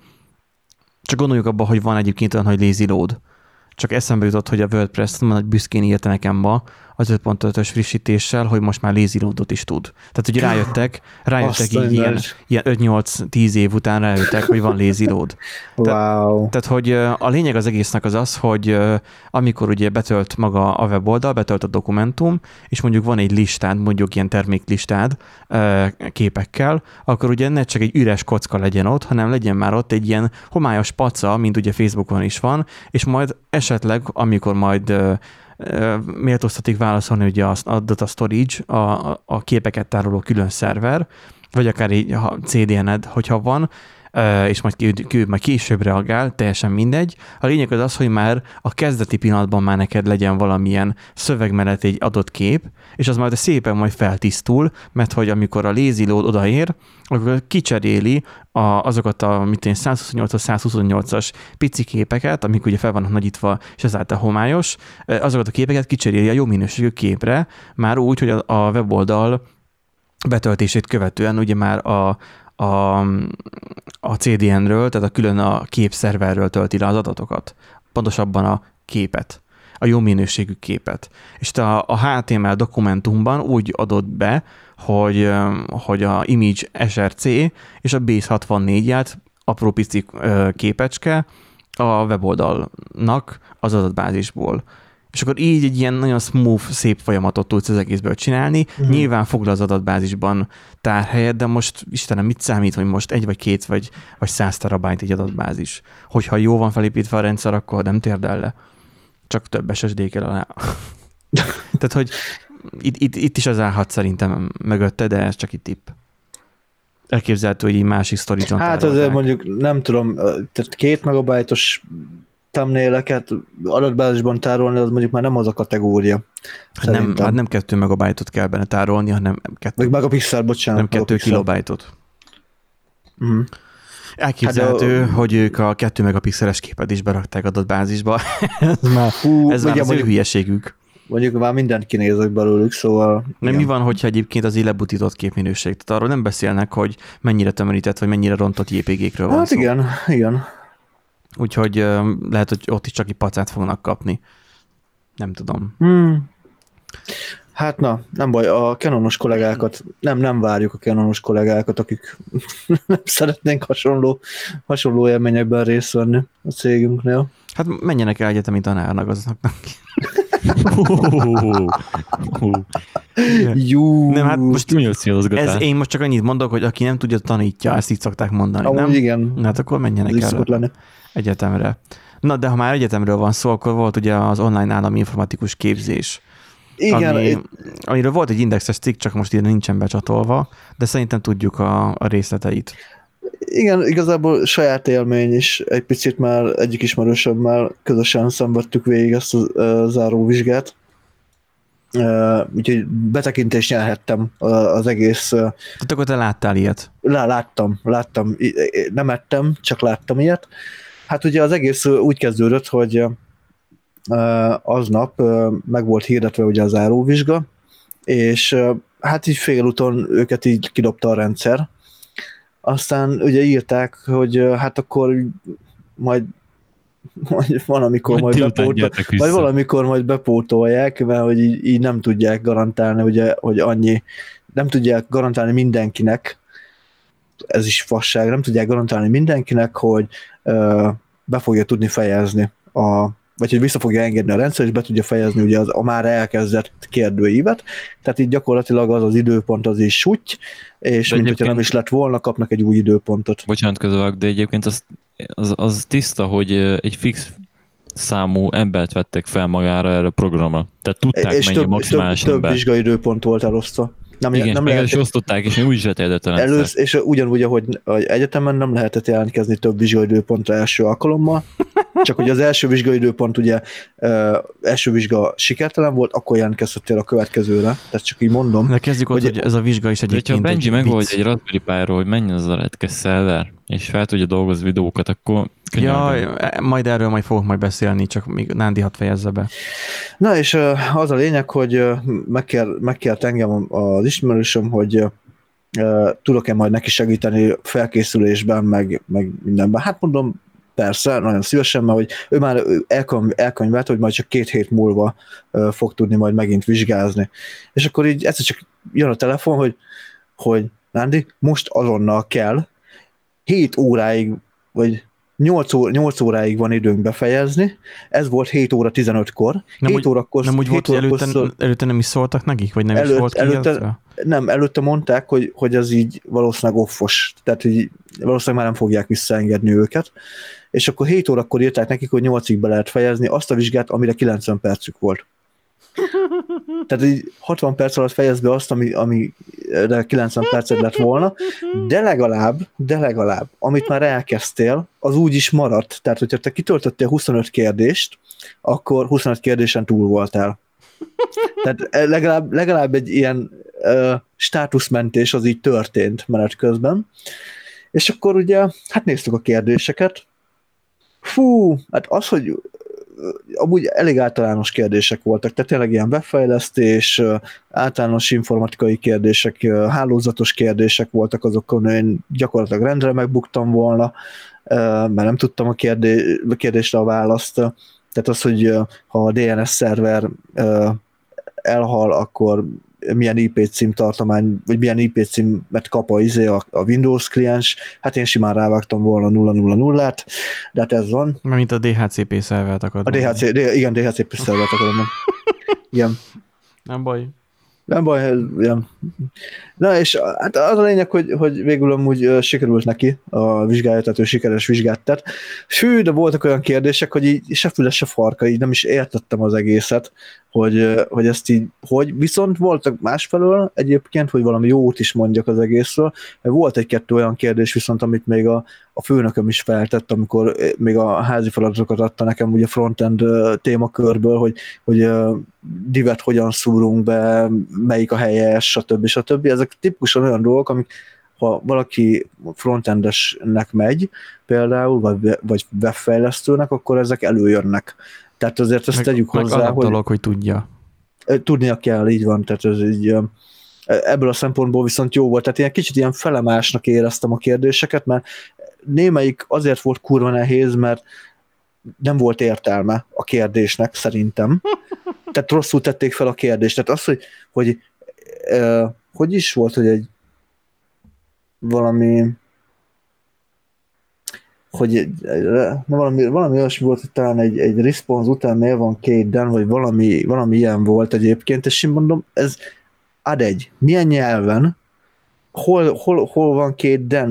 csak gondoljuk abba, hogy van egyébként olyan, hogy lazy load. Csak eszembe jutott, hogy a WordPress nagy büszkén írta nekem ma az 5.5-ös frissítéssel, hogy most már lazy loadot is tud. Tehát, hogy rájöttek így ilyen 5-8-10 év után rájöttek, hogy van lazy load. Wow. Tehát, hogy a lényeg az egésznek az, hogy amikor ugye betölt maga a weboldal, betölt a dokumentum, és mondjuk van egy listád, mondjuk ilyen terméklistád képekkel, akkor ugye ne csak egy üres kocka legyen ott, hanem legyen már ott egy ilyen homályos paca, mint ugye Facebookon is van, és majd esetleg, amikor majd méltóztatik válaszolni ugye a data storage, a képeket tároló külön szerver, vagy akár így a CDN-ed, hogyha van, és majd később reagál, teljesen mindegy. A lényeg az, hogy már a kezdeti pillanatban már neked legyen valamilyen szöveg mellett egy adott kép, és az majd szépen majd feltisztul, mert hogy amikor a lazy load odaér, akkor kicseréli azokat a 128-128-as pici képeket, amik ugye fel vannak nagyítva, és ezáltal homályos, azokat a képeket kicseréli a jó minőségű képre, már úgy, hogy a weboldal betöltését követően ugye már a CDN-ről, tehát külön a képszerverről tölti le az adatokat. Pontosabban a képet, a jó minőségű képet. És te a HTML dokumentumban úgy adod be, hogy a image src és a Base 64-ját apró pici képecske a weboldalnak az adatbázisból. És akkor így egy ilyen nagyon smooth, szép folyamatot tudsz az egészből csinálni. Nyilván foglal az adatbázisban tárhelyet, de most Istenem, mit számít, hogy most 1 vagy 2 vagy 100 terabájt egy adatbázis? Hogyha jó van felépítve a rendszer, akkor nem térdel le. Csak több SSD kell alá. Tehát, hogy itt is az állhat szerintem mögötte, de ez csak egy tipp. Elképzelhető, hogy egy másik storage-on Hát azért mondjuk, nem tudom, tehát 2 megabájtos thumbnaileket adatbázisban tárolni, az mondjuk már nem az a kategória. Nem 2 megabájtot kell benne tárolni, hanem 2 megapixel, bocsánat. Nem 2 kilobájtot. Elképzelhető, hogy ők a 2 megapixeles képet is berakták adatbázisba. ez már az ő hülyeségük. Mondjuk már mindent kinézek belőlük, szóval... Nem mi van, hogyha egyébként az lebutított képminőség? Tehát arról nem beszélnek, hogy mennyire tömörített, vagy mennyire rontott JPG-kről van szó. Hát igen. Úgyhogy lehet, hogy ott is csak egy pacát fognak kapni. Nem tudom. Hát na, nem baj, a Canonos kollégákat, nem várjuk a Canonos kollégákat, akik nem szeretnénk hasonló élményekben részt venni a cégünknél. Hát menjenek el egyetemi tanárnak azoknak. Jú. Nem, hát most Túlnyúlszínozgatás. én most csak annyit mondok, hogy aki nem tudja, tanítja, ezt így szokták mondani, nem? Amúgy igen. Na, hát akkor Ez menjenek is el szokott lenni. egyetemre. Na, de ha már egyetemről van szó, akkor volt ugye az online állami informatikus képzés. Igen, Amiről volt egy indexes cikk, csak most ide nincsen becsatolva, de szerintem tudjuk a részleteit. igen, igazából saját élmény is, egy picit már egyik ismerősömmel közösen szenvedtük végig ezt a záróvizsgát. Úgyhogy betekintést nyerhettem az egész. Tehát akkor te láttál ilyet? Láttam. Nem ettem, csak láttam ilyet. Hát ugye az egész úgy kezdődött, hogy aznap meg volt hirdetve ugye a záróvizsga, és hát így félúton őket így kidobta a rendszer. Aztán ugye írták, hogy hát akkor majd valamikor majd valamikor majd bepótolják, mert hogy így nem tudják garantálni, ugye, hogy annyi, nem tudják garantálni mindenkinek, ez is fasság, nem tudják garantálni mindenkinek, hogy be fogja tudni fejezni vagy hogy vissza fogja engedni a rendszer, és be tudja fejezni ugye a már elkezdett kérdőívet. Tehát így gyakorlatilag az időpont az is súty, és mint hogyha nem is lett volna, kapnak egy új időpontot. Bocsánat közövök, de egyébként az tiszta, hogy egy fix számú embert vettek fel magára erre a programra. Tehát tudták, és mennyi maximális több ember. vizsgai időpont volt elosztva. Nem meg is osztották, és úgy is lehetett a rendszer. És ugyanúgy, ahogy egyetemen nem lehetett jelentkezni több vizsgai időpontra első alkalommal, csak hogy az első vizsgai időpont ugye első vizsga sikertelen volt, akkor jelentkezhettél a következőre. Tehát csak így mondom. De kezdjük ott, hogy ez a vizsga is egyébként ha Benji megoldja egy Raspberry Pi-ról, hogy menjen az a retkes szerver, és fel tudja dolgozni videókat, akkor ja, majd erről majd fogok majd beszélni, csak még Nándi hadd fejezze be. Na és az a lényeg, hogy megkért engem az ismerősöm, hogy tudok-e majd neki segíteni felkészülésben, meg mindenben. Hát mondom, persze, nagyon szívesen, mert hogy ő már elkönyvelt, hogy majd csak 2 hét múlva fog tudni majd megint vizsgázni. És akkor így egyszer csak jön a telefon, hogy Nándi, most azonnal kell, 7 óráig, vagy 8 óráig van időnk befejezni, ez volt 7 óra 15-kor. Nem úgy volt, hogy előtte nem is szóltak nekik, vagy nem is volt kijelentve? Nem, előtte mondták, hogy az így valószínűleg offos, tehát hogy valószínűleg már nem fogják visszaengedni őket, és akkor 7 órakor írták nekik, hogy 8-ig be lehet fejezni azt a vizsgát, amire 90 percük volt. Tehát így 60 perc alatt fejezd be azt, amire 90 percet lett volna, de legalább, amit már elkezdtél, az úgy is maradt. Tehát, hogyha te kitöltöttél 25 kérdést, akkor 25 kérdésen túl voltál. Tehát legalább egy ilyen státuszmentés az így történt menet közben. És akkor ugye, hát néztük a kérdéseket. Fú, hát az, hogy amúgy elég általános kérdések voltak, tehát tényleg ilyen webfejlesztés, általános informatikai kérdések, hálózatos kérdések voltak, azokon én gyakorlatilag rendre megbuktam volna, mert nem tudtam a kérdésre a választ. Tehát az, hogy ha a DNS szerver elhal, akkor milyen IP cím tartomány, vagy milyen IP címet kap a Windows kliens, hát én simán rávágtam volna 000-át, de hát ez van. Mert mint a DHCP szervert akarod. Igen, DHCP szervert akarod. Igen. Nem baj. Nem baj, igen. Na és hát az a lényeg, hogy végül amúgy sikerült neki a vizsgája, tehát ő sikeres vizsgát tett. Fű, de voltak olyan kérdések, hogy így se füle, se farka, így nem is értettem az egészet, hogy ezt így, hogy viszont voltak másfelől egyébként, hogy valami jót is mondjak az egészről, mert volt egy-kettő olyan kérdés viszont, amit még a főnököm is feltett, amikor még a házi feladatokat adta nekem ugye frontend témakörből, hogy divet hogyan szúrunk be, melyik a helyes, stb. Ezek tipikusan olyan dolgok, amik ha valaki frontendesnek megy, például, vagy webfejlesztőnek, akkor ezek előjönnek. Tehát azért ezt tegyük hozzá, hogy... dolog, hogy tudja. Tudnia kell, így van, tehát ez így, ebből a szempontból viszont jó volt, tehát ilyen kicsit ilyen felemásnak éreztem a kérdéseket, mert némelyik azért volt kurva nehéz, mert nem volt értelme a kérdésnek, szerintem. Tehát rosszul tették fel a kérdést. Tehát az, hogy is volt, hogy egy valami hogy valami olyasmi volt, hogy talán egy response után név van Kéden, vagy valami ilyen volt egyébként, és én mondom, ez ad egy, milyen nyelven, hol van Kéden,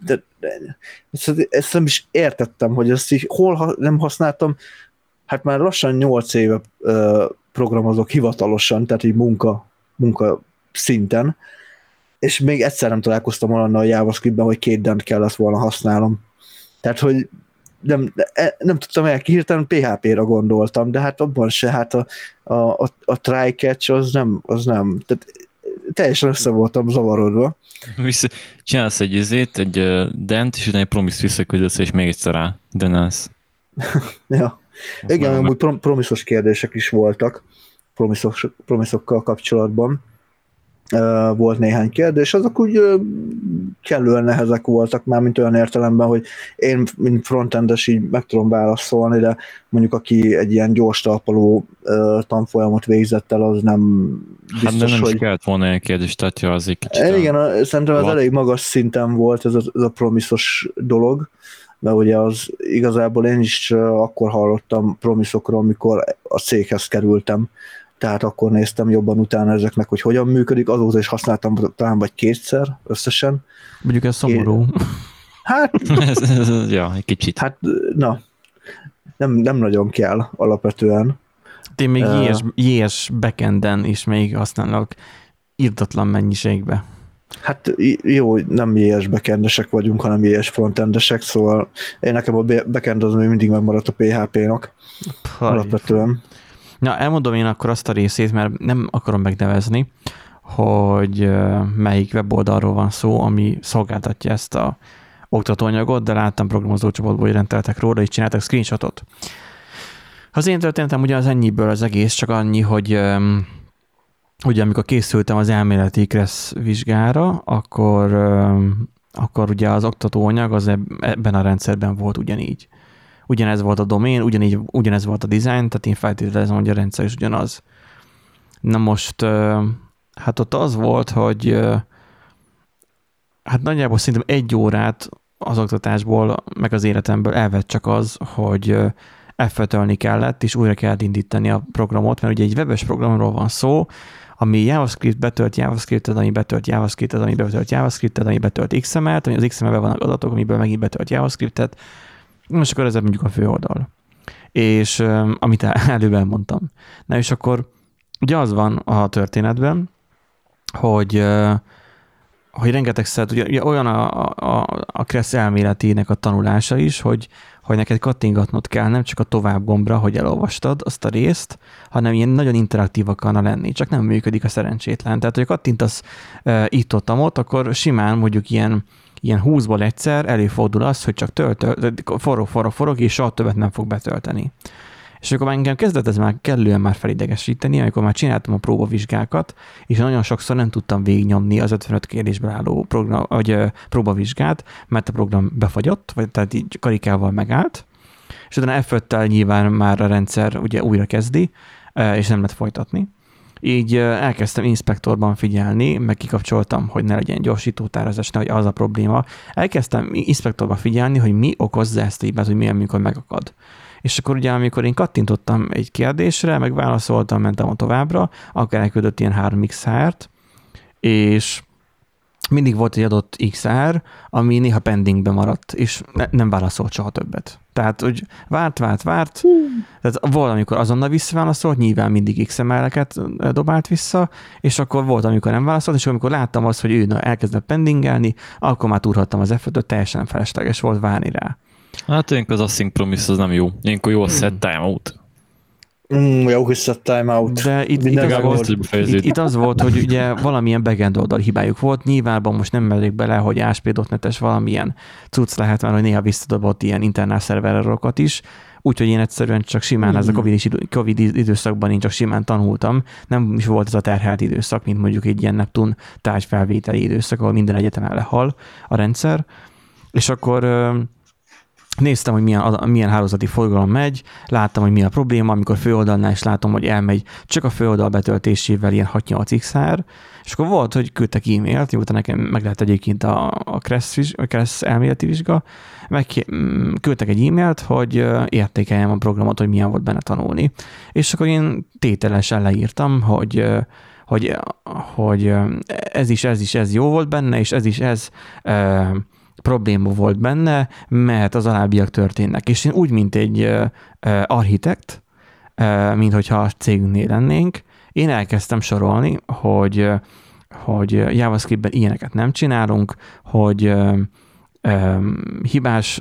ezt nem is értettem, hogy ezt így hol nem használtam, hát már lassan 8 éve programozok hivatalosan, tehát így munka szinten, és még egyszer nem találkoztam olyan a JavaScriptben, hogy Kéden kellett volna használnom. Tehát, hogy nem tudtam el, hirtelen PHP-ra gondoltam, de hát abban se, hát a try-catch az nem, tehát teljesen össze voltam zavarodva. Csinálsz egy dent, és utána egy promise visszaküldesz, és még egyszer rá denelsz. Ja. Igen, amúgy promiszos kérdések is voltak, promiszokkal kapcsolatban. Volt néhány kérdés, azok úgy kellően nehezek voltak már, mint olyan értelemben, hogy én, mint frontendes így meg tudom válaszolni, de mondjuk aki egy ilyen gyors talpaló tanfolyamot végzett el, az nem biztos, hát de nem hogy... is kellett volna ilyen kérdést, tehát az egy kicsit... Igen, szerintem ez elég magas szinten volt ez a promiszos dolog, mert ugye az igazából én is akkor hallottam promiszokról, amikor a céghez kerültem, tehát akkor néztem jobban utána ezeknek, hogy hogyan működik, azóta is használtam talán vagy 2-szer összesen. Mondjuk ez szomorú. Hát, ja, egy kicsit. Hát, na, nem nagyon kell alapvetően. Én még JS backenden is még használnak irdatlan mennyiségbe. Hát jó, nem JS backendesek vagyunk, hanem JS frontendesek, szóval nekem a backend az még mindig megmaradt a PHP-nak alapvetően. Na, elmondom én akkor azt a részét, mert nem akarom megnevezni, hogy melyik weboldalról van szó, ami szolgáltatja ezt a oktatóanyagot, de láttam programozócsoportból, hogy rendeltek róla, és csináltak screenshotot. Az én történetem ugye az ennyiből az egész, csak annyi, hogy ugye amikor készültem az elméleti KRESZ vizsgára, akkor ugye az oktatóanyag az ebben a rendszerben volt ugyanígy. Ugyanez volt a domén, ugyanez volt a design, tehát én feltételezem, hogy a rendszer is ugyanaz. Na most, hát ott az volt, hogy hát nagyjából szerintem 1 órát az oktatásból, meg az életemből elvett csak az, hogy F5-ölni kellett, és újra kellett indítani a programot, mert ugye egy webes programról van szó, ami JavaScript betölt JavaScriptet, ami betölt JavaScriptet, ami betölt JavaScriptet, ami betölt XML-t, ami az XML-ben vannak adatok, amiből megint betölt JavaScriptet. Most akkor ez mondjuk a főoldal. És amit előbb elmondtam. Na és akkor ugye az van a történetben, hogy rengetegszer, ugye olyan a KRESZ elméletének a tanulása is, hogy neked kattingatnod kell nem csak a tovább gombra, hogy elolvastad azt a részt, hanem ilyen nagyon interaktívak akarna lenni, csak nem működik a szerencsétlen. Tehát, hogy kattintasz itt-ott, akkor simán mondjuk ilyen 20-ból egyszer előfordul az, hogy csak forog, és soha többet nem fog betölteni. És akkor már engem kezdett ez már kellően már felidegesíteni, amikor már csináltam a próbavizsgákat, és nagyon sokszor nem tudtam végignyomni az 55 kérdésből álló próbavizsgát, mert a program befagyott, vagy tehát így karikával megállt, és utána F5-tel nyilván már a rendszer ugye újra kezdi, és nem lehet folytatni. Így elkezdtem inspektorban figyelni, meg kikapcsoltam, hogy ne legyen gyorsítótározás, nehogy az a probléma. Elkezdtem inspektorban figyelni, hogy mi okozza ezt a hibát, hogy milyen, mikor megakad. És akkor ugye, amikor én kattintottam egy kérdésre, megválaszoltam, mentem továbbra, akkor elküldött ilyen 3XR-t, és mindig volt egy adott XR, ami néha pendingbe maradt, és nem válaszolt soha többet. Tehát, hogy várt. Tehát valamikor azonnal visszaválaszolt, nyilván mindig XML-eket dobált vissza, és akkor volt, amikor nem válaszolt, és amikor láttam azt, hogy ő elkezdett pendingelni, akkor már túrhattam az F5-öt, teljesen felesleges volt várni rá. Hát ilyenkor az async promise az nem jó. Ilyenkor jó a set timeout. Jó, hogy set timeout. De itt az volt, hogy ugye valamilyen backend oldal hibájuk volt. Nyilvánban most nem megyek bele, hogy ASP.NET-es valamilyen cucc lehet már, hogy néha visszadobott ilyen internál szervererokat is. Úgyhogy én egyszerűen csak simán, ez a Covid időszakban én csak simán tanultam. Nem is volt ez a terhelt időszak, mint mondjuk egy ilyen Neptun tárgyfelvételi időszak, ahol minden egyetemen lehal a rendszer. És akkor Néztem, hogy milyen hálózati forgalom megy, láttam, hogy mi a probléma, amikor főoldalnál is látom, hogy elmegy csak a főoldal betöltésével ilyen 6-8 XR, és akkor volt, hogy küldtek e-mailt, miután nekem meg lehet egyébként a Kressz elméleti vizsga, küldtek egy e-mailt, hogy értékeljem a programot, hogy milyen volt benne tanulni. És akkor én tételesen leírtam, hogy ez jó volt benne, és ez probléma volt benne, mert az alábbiak történnek. És én úgy, mint egy architekt, mint hogyha cégünknél lennénk, én elkezdtem sorolni, hogy JavaScriptben ilyeneket nem csinálunk, hogy hibás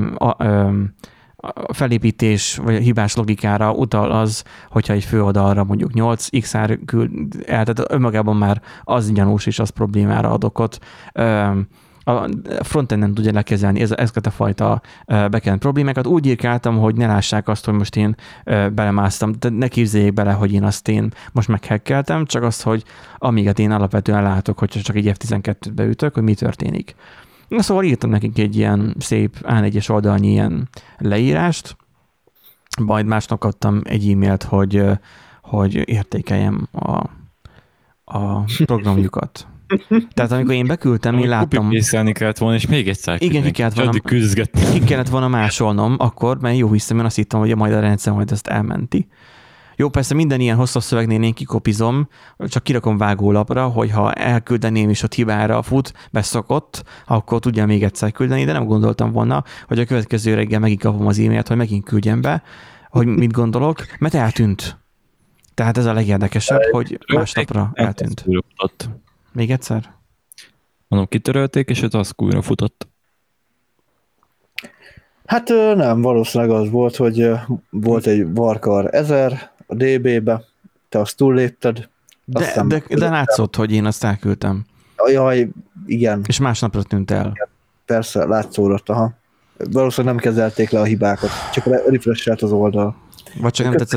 felépítés, vagy hibás logikára utal az, hogyha egy főoldalra mondjuk 8 XR küld el, tehát önmagában már az gyanús, és az problémára ad okot. A frontend nem tudja lekezelni ezeket a fajta backend problémákat. Úgy írkáltam, hogy ne lássák azt, hogy most én belemásztam, de ne képzeljék bele, hogy én most meghekkeltem, csak azt, hogy amiget én alapvetően látok, hogyha csak egy F12-t beütök, hogy mi történik. Szóval írtam nekik egy ilyen szép A4-es oldalnyi ilyen leírást, majd másnap kaptam egy e-mailt, hogy értékeljem a programjukat. Tehát amikor én beküldtem, én láttam... Copy-paste-elni kellett volna, és még egyszer igen, ki kellett volna másolnom akkor, mert jó hiszem, én azt hittem, hogy majd a rendszer majd ezt elmenti. Jó, persze minden ilyen hosszabb szövegnél én kikopizom, csak kirakom vágólapra, hogy ha elküldeném és ott hibára fut, beszokott, akkor tudja még egyszer küldeni, de nem gondoltam volna, hogy a következő reggel megint kapom az e-mailt, hogy megint küldjem be, hogy mit gondolok, mert eltűnt. Tehát ez a legérdekesebb, hogy másnapra eltűnt. Még egyszer? Mondom, kitörölték, és az újra futott. Hát nem, valószínűleg az volt, hogy volt egy Varkar 1000 a DB-be, te azt túllépted. De látszott, hogy én azt elküldtem. Jaj, igen. És másnapra tűnt el. Igen, persze, látszódott, aha. Valószínűleg nem kezelték le a hibákat, csak refresh-elt az oldal. Vagy csak nem tetszett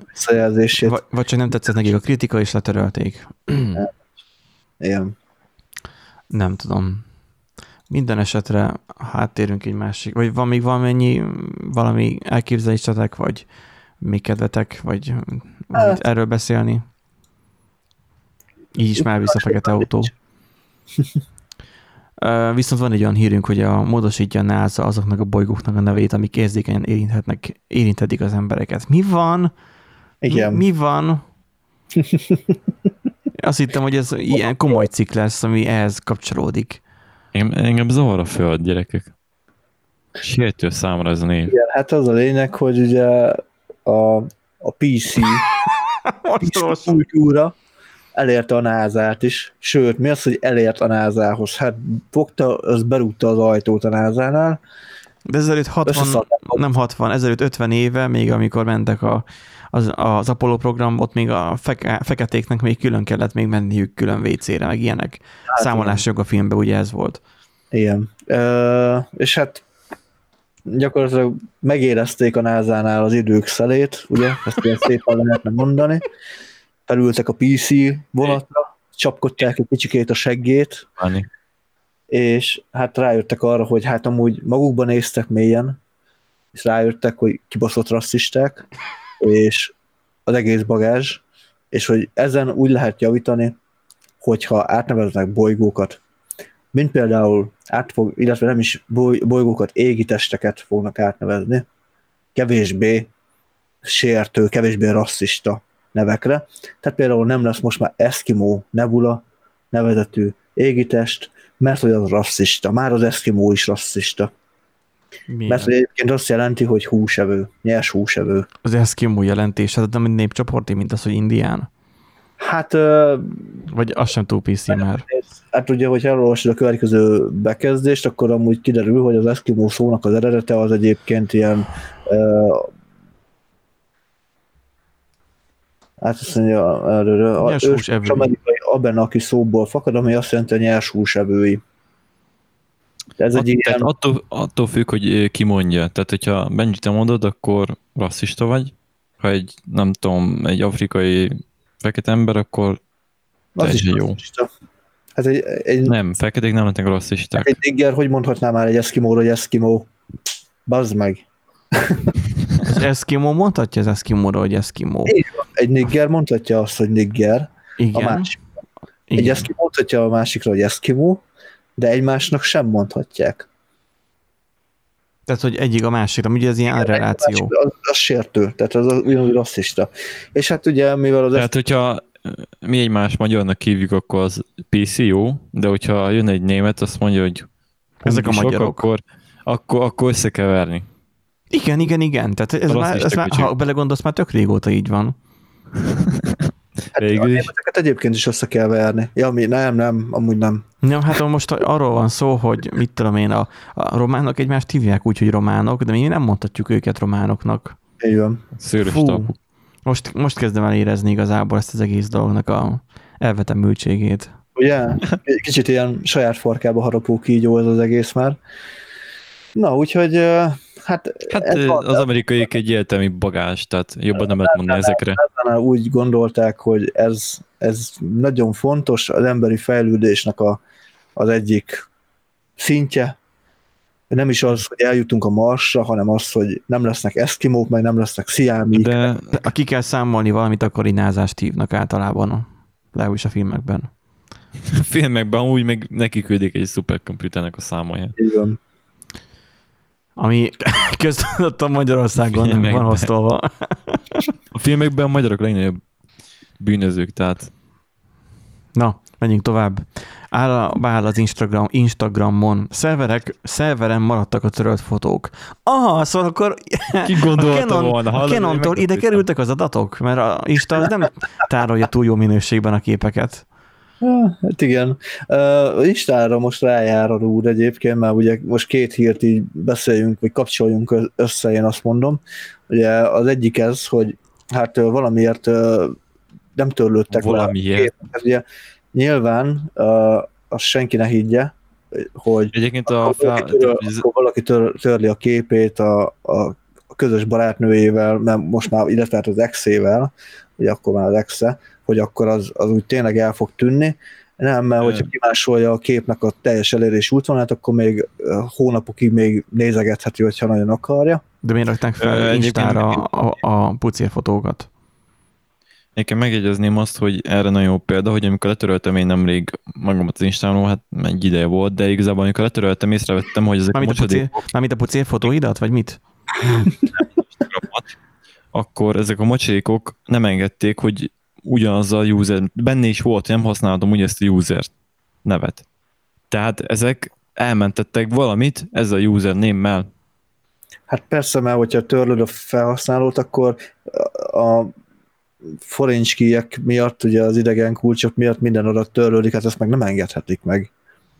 nekik a kritika, és letörölték. Igen. Nem tudom. Minden esetre háttérünk egy másik, vagy van még valami elképzelésetek, vagy még kedvetek, vagy erről beszélni? Így is már vissza fekete autó. Viszont van egy olyan hírünk, hogy módosítja a NASA azoknak a bolygóknak a nevét, amik érzékenyen érinthetik az embereket. Mi van? Igen. Mi van? Azt hittem, hogy ez ilyen komoly cikk lesz, ami ehhez kapcsolódik. Engem zavar a föld, gyerekek. Sértő számra ez a név. Igen, hát az a lényeg, hogy ugye a PC kultúra elérte a NASA-t is. Sőt, mi az, hogy elért a NASA-hoz? Hát fogta, az berúgta az ajtót a NASA-nál. De ezelőtt 50 éve, még amikor mentek az Apollo program, ott még a feketéknek még külön kellett még menniük külön WC-re, meg ilyenek. Hát, számolásjog a filmben, ugye ez volt. Igen. És hát gyakorlatilag megérezték a NASA-nál az idők szelét, ugye, ezt ilyen szépen lehetne mondani. Felültek a PC vonatra, csapkodták egy kicsikét a seggét, és hát rájöttek arra, hogy hát amúgy magukban néztek mélyen, és rájöttek, hogy kibaszott rasszisták, és az egész bagázs, és hogy ezen úgy lehet javítani, hogyha átneveznek bolygókat, mint például illetve nem is bolygókat, égitesteket fognak átnevezni, kevésbé sértő, kevésbé rasszista nevekre. Tehát például nem lesz most már Eskimo Nebula nevezetű égitest, mert hogy az rasszista. Már az Eskimo is rasszista. Milyen? Mert egyébként azt jelenti, hogy húsevő, nyers húsevő. Az Eskimo jelentés, hát nem népcsoporti, mint az, hogy indián? Hát... Vagy az sem túl PC már. Hát ugye, hogy elolvasod a következő bekezdést, akkor amúgy kiderül, hogy az Eskimo szónak az eredete az egyébként ilyen... hát azt mondja, az amerikai Abenaki szóból fakad, ami azt jelenti, hogy nyers húsevői. Ez egy ilyen... attól függ, hogy ki mondja. Tehát, hogyha Benji te mondod, akkor rasszista vagy. Ha egy, nem tudom, egy afrikai fekete ember, akkor teljesen jó. Hát nem, feketék nem lehetnek rasszisták. Hát egy nigger, hogy mondhatná már egy eszkimóra, hogy eszkimó? Bazd meg. Az Eskimo mondhatja az Eskimóra, hogy Eskimo. Egy nigger mondhatja azt, hogy nigger. Igen. A másik. Egy Igen. eszkimó mondhatja a másikra, hogy eszkimó, de egymásnak sem mondhatják. Tehát, hogy egyik a másikra, ugye ez ilyen reláció. Az sértő, tehát az ugyanúgy rasszista. És hát ugye, mivel az... Tehát, hogyha mi egymás magyarnak hívjuk, akkor az PC jó, de hogyha jön egy német, azt mondja, hogy ezek a magyarok. Akkor össze kell verni. Igen. Tehát ez már, ha belegondolsz, már tök régóta így van. Hát a németeket egyébként is össze kell verni. Ja, nem, amúgy nem. Ja, hát most arról van szó, hogy mit tudom én, a románok egymást hívják úgy, hogy románok, de mi nem mondhatjuk őket románoknak. Így van. Szőrös talpú. Most kezdem el érezni igazából ezt az egész dolognak a elvetemültségét. Ugye? Kicsit ilyen saját farkába harapó kígyó ez az egész már. Na, úgyhogy hát az amerikaiak egy értelmi bagás, tehát jobban nem lehet mondani ezekre. Úgy gondolták, hogy ez nagyon fontos, az emberi fejlődésnek az egyik szintje. Nem is az, hogy eljutunk a Marsra, hanem az, hogy nem lesznek eszkimók, meg nem lesznek sziámik. De ki kell számolni valamit, akkor inázást hívnak általában, legalábbis a filmekben. A filmekben úgy meg neki küldik egy szuperkomputernek a számolját. Igen. Ami köztudottan Magyarországon van osztolva. A filmekben a magyarok legnagyobb bűnözők, tehát... Na, menjünk tovább. Áll az Instagramon. Szerveren maradtak a törölt fotók. Aha, szóval akkor ki gondolta volna? A Canontól ide kerültek az adatok, mert a Insta az nem tárolja túl jó minőségben a képeket. Hát igen. Instára most rájár a úr egyébként, mert ugye most két hírt így beszéljünk, vagy kapcsoljunk össze, én azt mondom. Ugye az egyik ez, hogy hát valamiért nem törlődtek valamiért. Hát ugye nyilván azt senki ne higgye, hogy egyébként akkor valaki törli a képét a közös barátnőjével, mert most már ide tehát az exével, ugye akkor már az exe, hogy akkor az úgy tényleg el fog tűnni. Nem, mert hogyha kimásolja a képnek a teljes elérés útvonalát, akkor még hónapokig még nézegetheti, hogyha nagyon akarja. De miért rakták fel Instára a pucérfotókat? Nekem megjegyezném azt, hogy erre nagyon jó példa, hogy amikor letöröltem én nemrég magamat az Instáról, hát egy ideje volt, de igazából amikor letöröltem, észrevettem, hogy ezek Mármint a pucérfotóidat, vagy mit? Akkor ezek a mocsékok nem engedték, hogy ugyanaz a user, benne is volt, hogy nem használhatom úgy ezt a user nevet. Tehát ezek elmentettek valamit ezzel a username-mel. Hát persze, mert hogyha törlöd a felhasználót, akkor a forincs-kijek miatt, ugye az idegen kulcsok miatt minden adat törlődik, hát ezt meg nem engedhetik meg.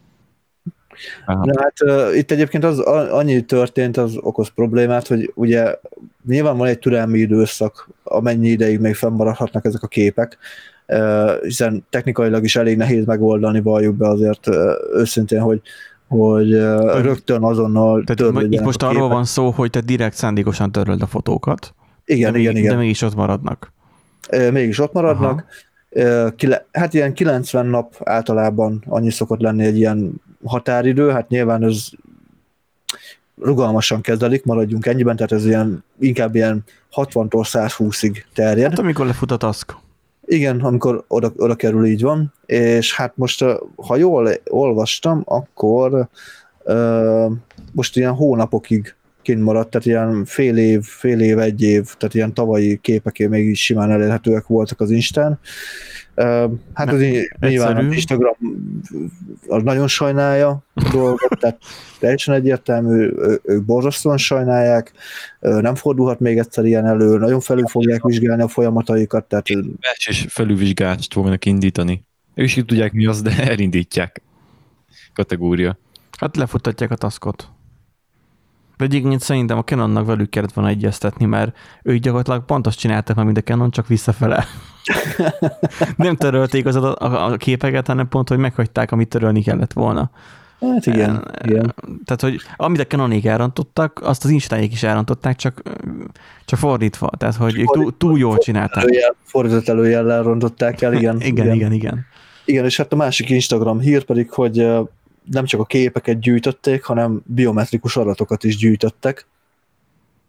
De hát itt egyébként annyi történt, az okoz problémát, hogy ugye nyilván van egy türelmi időszak, amennyi ideig még fennmaradhatnak ezek a képek, hiszen technikailag is elég nehéz megoldani, valljuk be azért őszintén, hogy rögtön azonnal törlődjenek. Itt most arról van szó, hogy te direkt szándékosan töröld a fotókat. Igen. De mégis ott maradnak. Mégis ott maradnak. Hát ilyen 90 nap általában annyi szokott lenni egy ilyen határidő, hát nyilván ez rugalmasan kezelik, maradjunk ennyiben, tehát ez inkább ilyen 60-tól 120-ig terjed. Hát amikor lefut a task. Igen, amikor oda kerül, így van, és hát most, ha jól olvastam, akkor most ilyen hónapokig kint maradt, tehát ilyen fél év, egy év, tehát ilyen tavalyi képek még is simán elérhetőek voltak az Instán. Hát az nyilván az Instagram az nagyon sajnálja a dolgot, tehát teljesen egyértelmű, ők borzasztóan sajnálják, nem fordulhat még egyszer ilyen elő, nagyon felül fogják vizsgálni a folyamataikat. Tehát... És felülvizsgálást fognak indítani. Ők is tudják mi az, de elindítják. Kategória. Hát lefuttatják a taskot. Egyébként szerintem a Canonnak velük kellett volna egyeztetni, mert ők gyakorlatilag pont azt csináltak, mint a Canon, csak visszafele. Nem törölték a képeket, hanem pont, hogy meghagyták, amit törölni kellett volna. Hát igen. Tehát, hogy amit a Canonék elrontottak, azt az Instáék is elrontották, csak fordítva. Tehát, hogy ők túl jól csinálták. Fordított előjellel rontották el, igen. Igen. Igen, és hát a másik Instagram hír pedig, hogy nem csak a képeket gyűjtötték, hanem biometrikus adatokat is gyűjtöttek.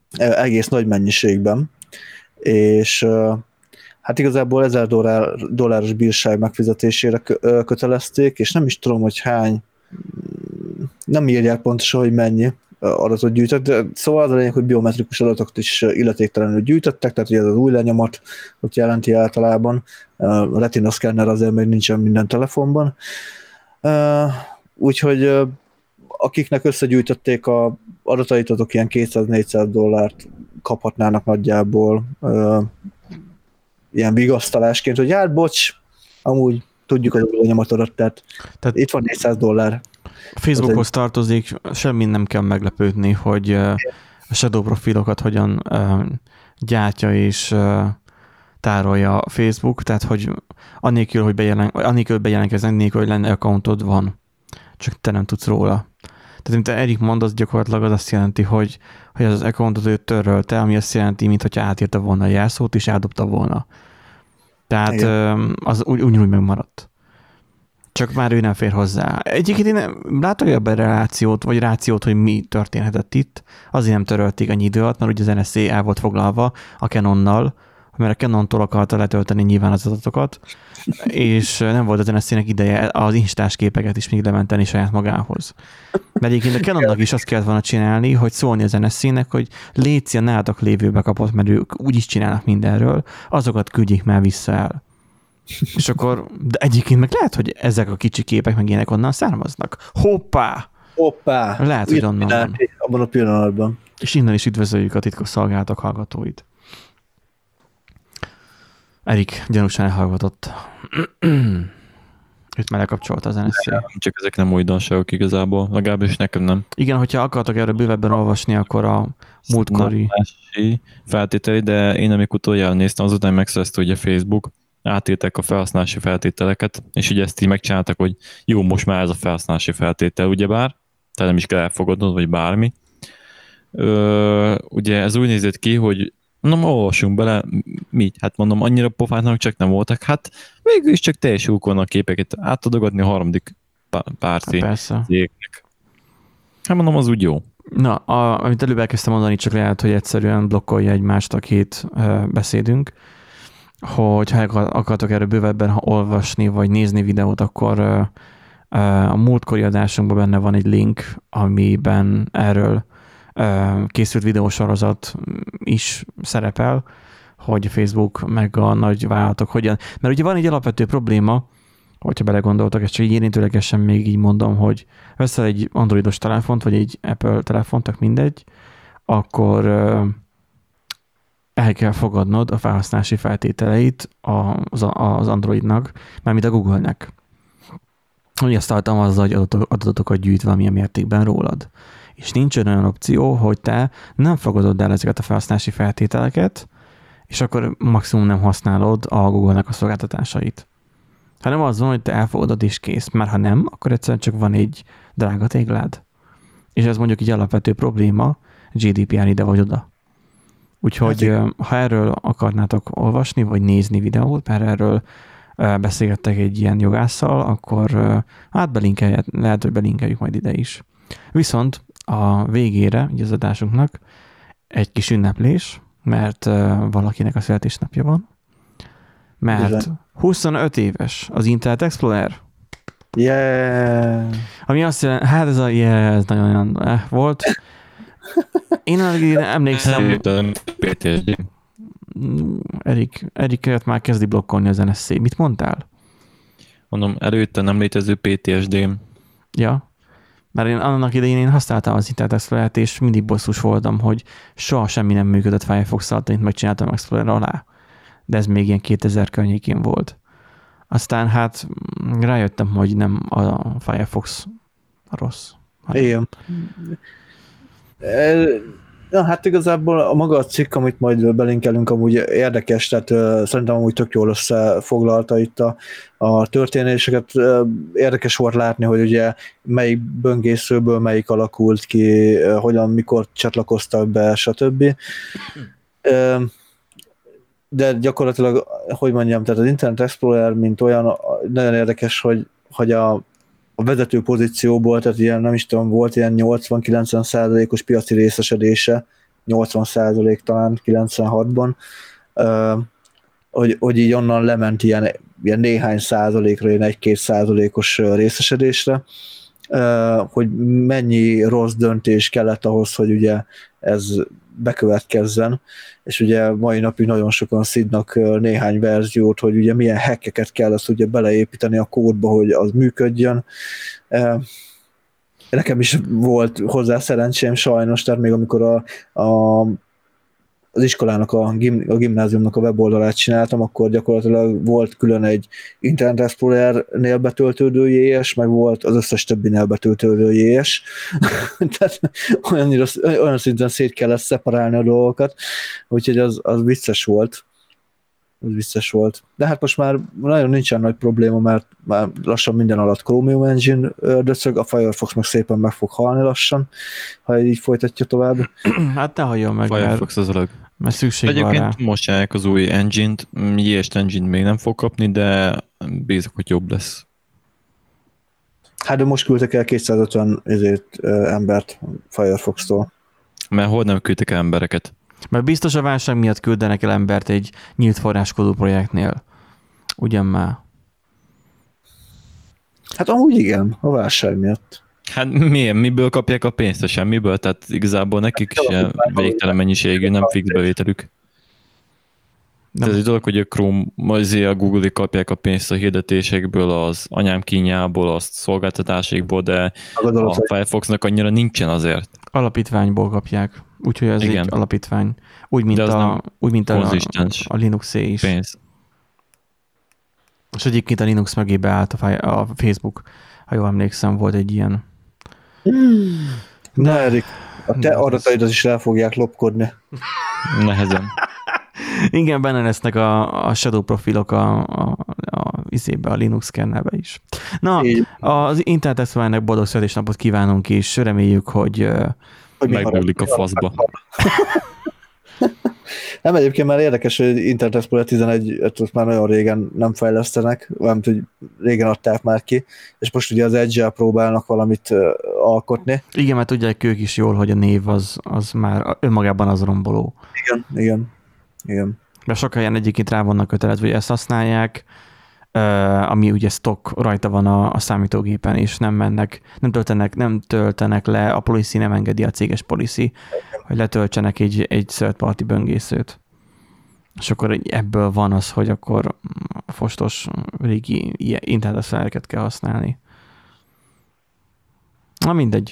egész nagy mennyiségben, és hát igazából $1000 bírság megfizetésére kötelezték, és nem is tudom, hogy hány, nem írják pontosan, hogy mennyi adatot gyűjtött, de szóval az a lényeg, hogy biometrikus adatokat is illetéktelenül gyűjtöttek, tehát ugye ez az új lenyomat ott jelenti általában, a retina szkenner azért még nincsen minden telefonban, úgyhogy akiknek összegyűjtötték a adatait, azok ilyen $200-400 kaphatnának nagyjából ilyen vigasztalásként, hogy hát bocs, amúgy tudjuk az új lenyomatodat, tehát itt van $400. Facebookhoz tartozik, semmi nem kell meglepődni, hogy a shadow profilokat hogyan gyártja és tárolja a Facebook, tehát hogy annélkül, hogy bejelentkezni, annélkül, hogy lenne accountod van, csak te nem tudsz róla. Tehát, mint Erik mond, az gyakorlatilag az azt jelenti, hogy az accountot ő törölte, ami azt jelenti, mintha átírta volna a jelszót, és eldobta volna. Tehát az ugyanúgy megmaradt. Csak már ő nem fér hozzá. Egyébként én látok ebben rációt, hogy mi történhetett itt. Azért nem törölték annyi idő alatt, mert ugye az NSA el volt foglalva a Canonnal, mert a Canontól akarta letölteni nyilván az adatokat, és nem volt az NSZ-nek ideje az instás képeket is még lementeni saját magához. Mert egyébként a Canonnak is azt kellett volna csinálni, hogy szólni az NSZ-nek, hogy létszi a nálatok lévő bekapott, mert ők úgy is csinálnak mindenről, azokat küldjék már vissza el. És akkor, de egyébként meg lehet, hogy ezek a kicsi képek meg ilyenek onnan származnak. Hoppá! Lehet, hogy onnan van. Abban a pillanatban. És innen is üdvözöljük a titkos szolgálatok hallgatóit. Erik gyanúsan elhallgatott. Őt már lekapcsolta az NSZ. Csak ezek nem újdonságok igazából, legalábbis nekem nem. Igen, hogyha akartok erről bővebben olvasni, akkor a múltkori feltételi, de én amikor utoljára néztem, azután megszerezte ugye Facebook, átírták a felhasználási feltételeket, és ugye ezt így megcsináltak, hogy jó, most már ez a felhasználási feltétel, ugyebár, tehát nem is kell elfogadnod, vagy bármi. Ugye ez úgy nézett ki, hogy olvassunk bele, mit? Hát mondom, annyira pofátnak csak nem voltak, hát végül is csak teljes úkon a képeket átadogatni a harmadik párti cégnek. Hát mondom, az úgy jó. Na, amit előbb elkezdtem mondani, csak lehet, hogy egyszerűen blokkolja egymást a két beszédünk, hogy ha akartok erről bővebben olvasni, vagy nézni videót, akkor a múltkori adásunkban benne van egy link, amiben erről készült videósorozat is szerepel, hogy a Facebook meg a nagy vállalatok hogyan. Mert ugye van egy alapvető probléma, hogyha belegondoltak, és csak így érintőlegesen még így mondom, hogy veszel egy androidos telefont, vagy egy Apple telefont, tak mindegy, akkor el kell fogadnod a felhasználási feltételeit az Androidnak, mármint a Google-nek. Úgy azt tartalmazza, hogy adatokat gyűjt valamilyen mértékben rólad. És nincs olyan opció, hogy te nem fogadod el ezeket a felhasználási feltételeket, és akkor maximum nem használod a Google-nek a szolgáltatásait. Hanem az van, hogy te elfogadod és kész. Már ha nem, akkor egyszerűen csak van egy drága téglád. És ez mondjuk egy alapvető probléma, GDPR ide vagy oda. Úgyhogy ha erről akarnátok olvasni, vagy nézni videót, mert erről beszélgettek egy ilyen jogásszal, akkor lehet, hogy belinkeljük majd ide is. Viszont a végére, így az adásunknak egy kis ünneplés, mert valakinek a születésnapja van, mert 25 éves az Internet Explorer. Yeah! Ami azt jelenti, hát ez nagyon olyan volt. Én emlékszem... Erik már kezdi blokkolni az NSZ. Mit mondtál? Mondom, előtte nem létező PTSD-m. Ja. Mert annak idején használtam az Internet Explorer-t, és mindig bosszus voltam, hogy soha semmi nem működött Firefox alatt, amit megcsináltam Explorer alá. De ez még ilyen 2000 környékén volt. Aztán hát rájöttem, hogy nem a Firefox a rossz. Igen. Ja, hát igazából a maga a cikk, amit majd belinkelünk, amúgy érdekes, tehát szerintem amúgy tök jól összefoglalta itt a történéseket. Érdekes volt látni, hogy ugye melyik böngészőből melyik alakult ki, hogyan, mikor csatlakoztak be, stb. De gyakorlatilag, hogy mondjam, tehát az Internet Explorer, mint olyan, nagyon érdekes, hogy a vezető pozícióból, tehát ilyen, nem is tudom, volt ilyen 80-90%-os piaci részesedése 80% talán 96-ban, hogy így onnan lement ilyen néhány százalékra, ilyen 1-2%-os részesedésre, hogy mennyi rossz döntés kellett ahhoz, hogy ugye ez bekövetkezzen, és ugye mai napig nagyon sokan szidnak néhány verziót, hogy ugye milyen hackeket kell azt ugye beleépíteni a kódba, hogy az működjön. Nekem is volt hozzá szerencsém sajnos, tehát még amikor az iskolának, a gimnáziumnak a weboldalát csináltam, akkor gyakorlatilag volt külön egy Internet Explorer-nél betöltődő JS, meg volt az összes többinél betöltődő JS. Tehát olyan szinten szét kellett szeparálni a dolgokat, úgyhogy az vicces volt. Ez vicces volt. De hát most már nagyon nincsen nagy probléma, mert már lassan minden alatt Chromium Engine döcög, a Firefox meg szépen meg fog halni lassan, ha így folytatja tovább. Hát ne halljon meg, Firefox az alag. Mert szükség van rá. Egyébként most csinálják az új engine-t, JS engine még nem fog kapni, de bízok, hogy jobb lesz. Hát de most küldtek el 250 embert Firefox-tól. Mert hol nem küldtek el embereket? Mert biztos a válság miatt küldenek el embert egy nyílt forráskodó projektnél. Ugyan már. Hát amúgy igen, a válság miatt. Hát milyen? Miből kapják a pénzt? A semmiből? Tehát igazából nekik is végtelen mennyiségű, nem fix bevételük. Ez egy dolog, hogy a Chrome, a Google-i kapják a pénzt a hirdetésekből, az anyám kínjából, a szolgáltatásaikból, de a Firefoxnak annyira nincsen azért. Alapítványból kapják, úgyhogy ez egy alapítvány. Úgy, mint a Linux-é is. Pénz. És egyébként a Linux mögébe állt a Facebook, ha jól emlékszem, volt egy ilyen. Na, Erik, a te adataidat is el fogják lopkodni. Nehezen. Igen, benne lesznek a shadow profilok a Linux kernelbe is. Na, az Internet Explorer-nek boldog születésnapot kívánunk, és reméljük, hogy megbúlik a faszba. Nem, egyébként már érdekes, hogy Internet Explorer 11-et már nagyon régen nem fejlesztenek, nem hogy régen adták már ki, és most ugye az Edge-el próbálnak valamit alkotni. Igen, mert tudják ők is jól, hogy a név az már önmagában az romboló. Igen. Mert sok helyen egyébként rá vannak kötelezve, hogy ezt használják, ami ugye stock rajta van a számítógépen, és nem töltenek le, a policy nem engedi, a céges policy, hogy letöltsenek egy third party böngészőt. És akkor ebből van az, hogy akkor fostos régi internet szereket kell használni. Na mindegy.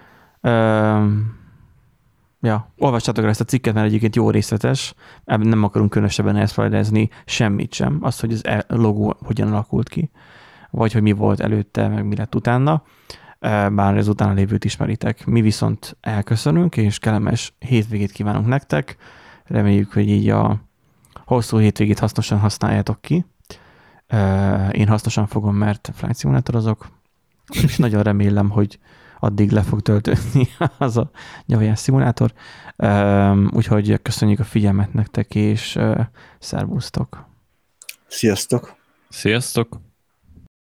Ja, olvassátok el ezt a cikket, mert egyébként jó részletes, nem akarunk különösebben elszfajlezni semmit sem, azt, hogy az logó hogyan alakult ki, vagy hogy mi volt előtte, meg mi lett utána, bár az utána lévőt ismeritek. Mi viszont elköszönünk, és kellemes hétvégét kívánunk nektek, reméljük, hogy így a hosszú hétvégét hasznosan használjátok ki. Én hasznosan fogom, mert Flight Simulatorozok, és nagyon remélem, hogy addig le fog töltődni az a nyavajás szimulátor. Úgyhogy köszönjük a figyelmet nektek, és szervusztok! Sziasztok! Sziasztok!